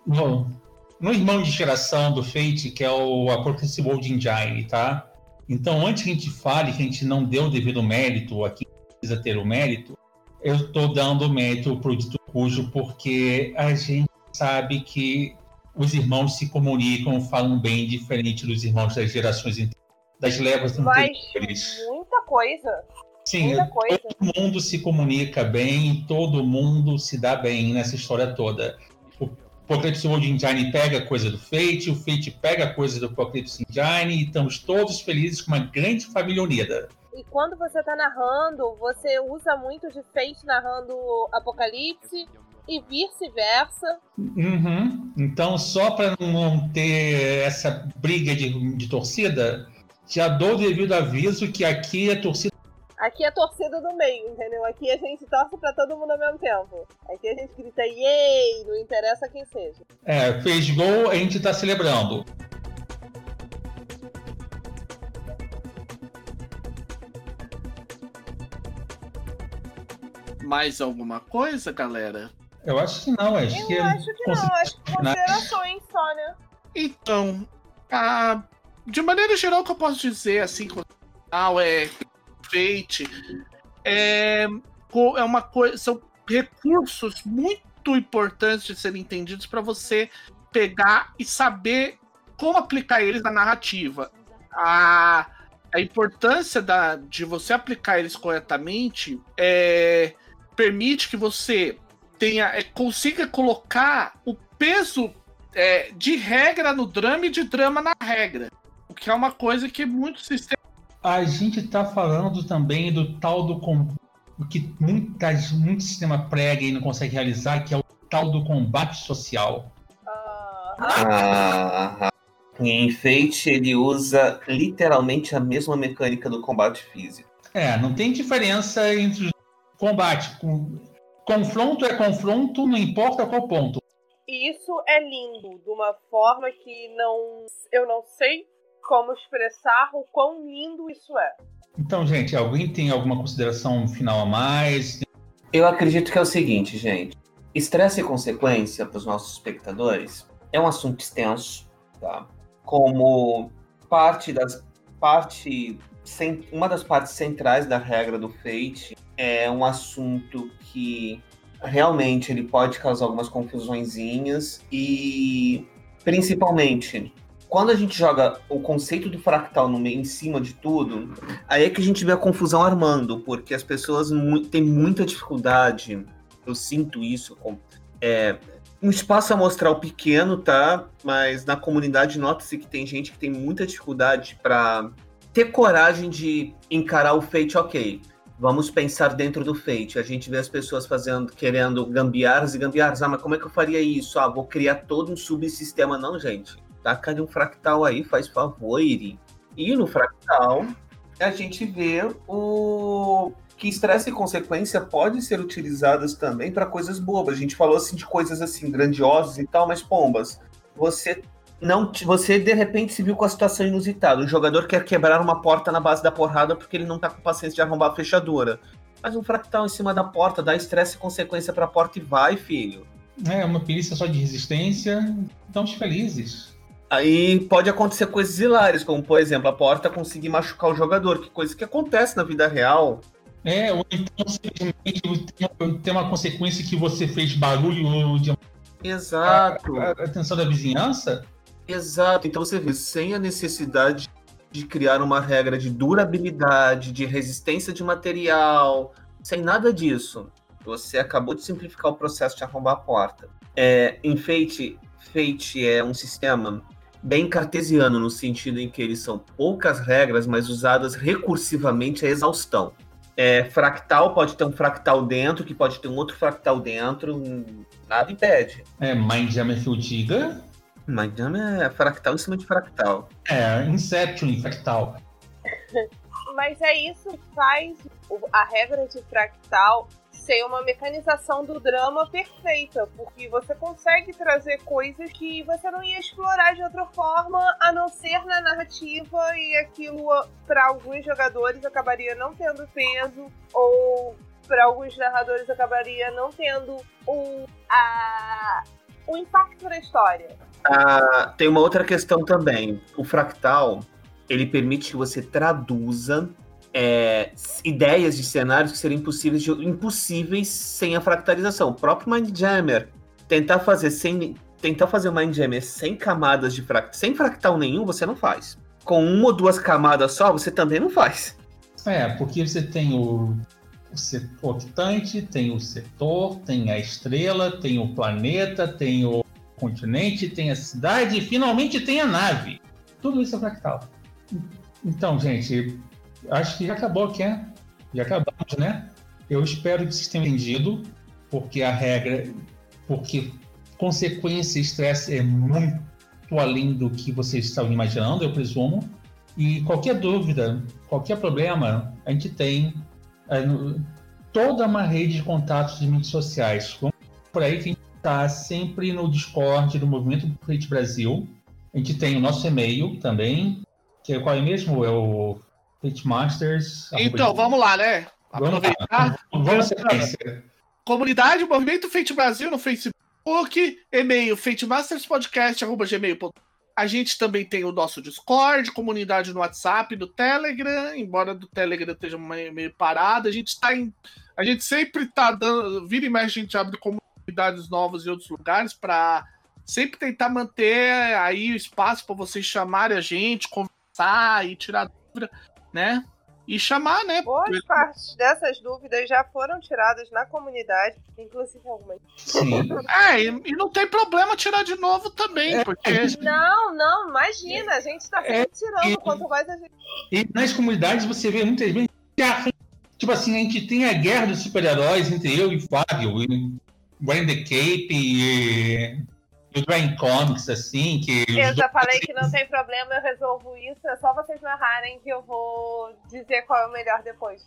Speaker 5: irmão de geração do Fate, que é o Apocalypse World Engine, tá? Então, antes que a gente fale que a gente não deu o devido mérito, aqui precisa ter o mérito, eu estou dando mérito pro Dito Cujo, porque a gente sabe que os irmãos se comunicam, falam bem diferente dos irmãos das gerações das levas anteriores.
Speaker 4: Muita coisa.
Speaker 5: Sim, todo mundo se comunica bem, todo mundo se dá bem nessa história toda. O Apocalypse World Engine pega coisa do Fate, o Fate pega coisa do Apocalypse Engine, e estamos todos felizes com uma grande família unida.
Speaker 4: E quando você tá narrando, você usa muito de Fate narrando Apocalipse e vice-versa.
Speaker 5: Então, só para não ter essa briga de torcida, já dou o devido aviso que aqui a torcida...
Speaker 4: Aqui é a torcida do meio, entendeu? Aqui a gente torce pra todo mundo ao mesmo tempo. Aqui a gente grita yay, não interessa quem seja.
Speaker 5: Fez gol, a gente tá celebrando.
Speaker 2: Mais alguma coisa, galera?
Speaker 5: Eu acho que não, acho que
Speaker 4: considerações só, né?
Speaker 2: Então, de maneira geral, o que eu posso dizer, assim, Fate é uma coisa, são recursos muito importantes de serem entendidos para você pegar e saber como aplicar eles na narrativa. A importância de você aplicar eles corretamente permite que você consiga colocar o peso de regra no drama e de drama na regra, o que é uma coisa que muitos sistemas...
Speaker 5: A gente está falando também do tal do que muito sistema prega e não consegue realizar, que é o tal do combate social.
Speaker 3: Em Fate, ele usa literalmente a mesma mecânica do combate físico.
Speaker 5: Não tem diferença entre combate. Confronto é confronto, não importa qual ponto.
Speaker 4: Isso é lindo, de uma forma que eu não sei como expressar o quão lindo isso é.
Speaker 5: Então, gente, alguém tem alguma consideração final a mais?
Speaker 3: Eu acredito que é o seguinte, gente. Estresse e consequência para os nossos espectadores é um assunto extenso, tá? Como uma das partes centrais da regra do Fate, é um assunto que realmente ele pode causar algumas confusõezinhas e, principalmente, quando a gente joga o conceito do fractal em cima de tudo, aí é que a gente vê a confusão armando, porque as pessoas têm muita dificuldade, eu sinto isso, um espaço amostral pequeno, tá? Mas na comunidade nota-se que tem gente que tem muita dificuldade para ter coragem de encarar o Fate, ok. Vamos pensar dentro do Fate. A gente vê as pessoas querendo gambiarras e gambiarras. Mas como é que eu faria isso? Vou criar todo um subsistema. Não, gente. Taca ali um fractal aí, faz favor, Iri. E no fractal, a gente vê que estresse e consequência podem ser utilizadas também para coisas bobas. A gente falou assim de coisas assim grandiosas e tal, mas pombas. Você de repente se viu com a situação inusitada. O jogador quer quebrar uma porta na base da porrada porque ele não tá com paciência de arrombar a fechadura. Mas um fractal em cima da porta dá estresse e consequência pra porta e vai, filho.
Speaker 5: Uma perícia só de resistência. Estamos felizes.
Speaker 3: Aí pode acontecer coisas hilárias, como, por exemplo, a porta conseguir machucar o jogador, que coisa que acontece na vida real.
Speaker 5: Ou então simplesmente tem uma consequência que você fez barulho de
Speaker 3: Exato.
Speaker 5: A atenção da vizinhança.
Speaker 3: Exato, então você vê, sem a necessidade de criar uma regra de durabilidade, de resistência de material, sem nada disso, você acabou de simplificar o processo de arrombar a porta. Em Fate é um sistema bem cartesiano, no sentido em que eles são poucas regras, mas usadas recursivamente à exaustão. Fractal pode ter um fractal dentro, que pode ter um outro fractal dentro, nada impede.
Speaker 5: Mindjammer que o diga.
Speaker 3: Mindjammer é fractal em cima de fractal.
Speaker 5: Inception em fractal.
Speaker 4: Mas é isso que faz a regra de fractal ser uma mecanização do drama perfeita, porque você consegue trazer coisas que você não ia explorar de outra forma, a não ser na narrativa, e aquilo, para alguns jogadores, acabaria não tendo peso, ou para alguns narradores acabaria não tendo o impacto na história.
Speaker 3: Tem uma outra questão também. O fractal, ele permite que você traduza ideias de cenários que seriam impossíveis sem a fractalização. O próprio Mindjammer, tentar fazer o Mindjammer sem camadas de fractal, sem fractal nenhum, você não faz. Com uma ou duas camadas só, você também não faz.
Speaker 5: Porque você tem o octante, tem o setor, tem a estrela, tem o planeta, tem o continente, tem a cidade e finalmente tem a nave. Tudo isso é fractal. Então, gente, acho que já acabou aqui, Já acabamos, né? Eu espero que vocês tenham entendido, porque consequência e estresse é muito além do que vocês estavam imaginando, eu presumo. E qualquer dúvida, qualquer problema, a gente tem toda uma rede de contatos de mídias sociais. Por aí que a gente está sempre no Discord do Movimento Fate Brasil. A gente tem o nosso e-mail também, que qual é mesmo? É o FateMasters.
Speaker 2: Então, vamos lá, né? Aproveitar.
Speaker 5: Vamos sequência.
Speaker 2: Comunidade Movimento Fate Brasil no Facebook, e-mail fatemasterspodcast@gmail.com. A gente também tem o nosso Discord, comunidade no WhatsApp, no Telegram, embora do Telegram esteja meio parado, a gente sempre tá dando, vira e mexe, a gente abre comunidades novas em outros lugares para sempre tentar manter aí o espaço para vocês chamarem a gente, conversar e tirar dúvida, né? E chamar, né?
Speaker 4: Boas partes dessas dúvidas já foram tiradas na comunidade, inclusive algumas.
Speaker 5: Sim.
Speaker 2: E não tem problema tirar de novo também, porque...
Speaker 4: Não, imagina, a gente tá sempre tirando, quanto mais a gente...
Speaker 5: E nas comunidades você vê muitas vezes, tipo assim, a gente tem a guerra dos super-heróis entre eu e o Fábio, Brian the Cape, do Dragon Comics, assim, que...
Speaker 4: Eu já falei que não tem problema, eu resolvo isso. É só vocês narrarem que eu vou dizer qual é o melhor depois.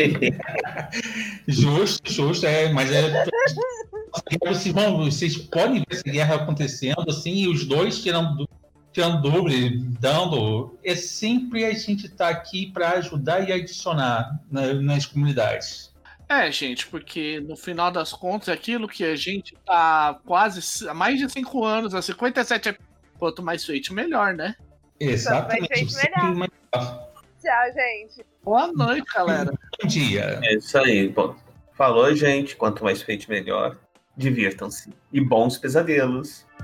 Speaker 5: Justo, mas vocês podem ver essa guerra acontecendo, assim, e os dois tirando dando. É sempre a gente tá aqui para ajudar e adicionar nas comunidades.
Speaker 2: Gente, porque no final das contas, aquilo que a gente tá quase há mais de 5 anos, há 57 quanto mais Fate, melhor, né?
Speaker 5: Exatamente.
Speaker 4: Melhor. Tchau, gente.
Speaker 2: Boa noite, galera.
Speaker 5: Bom dia.
Speaker 3: É isso aí. Bom, falou, gente. Quanto mais Fate, melhor. Divirtam-se. E bons pesadelos.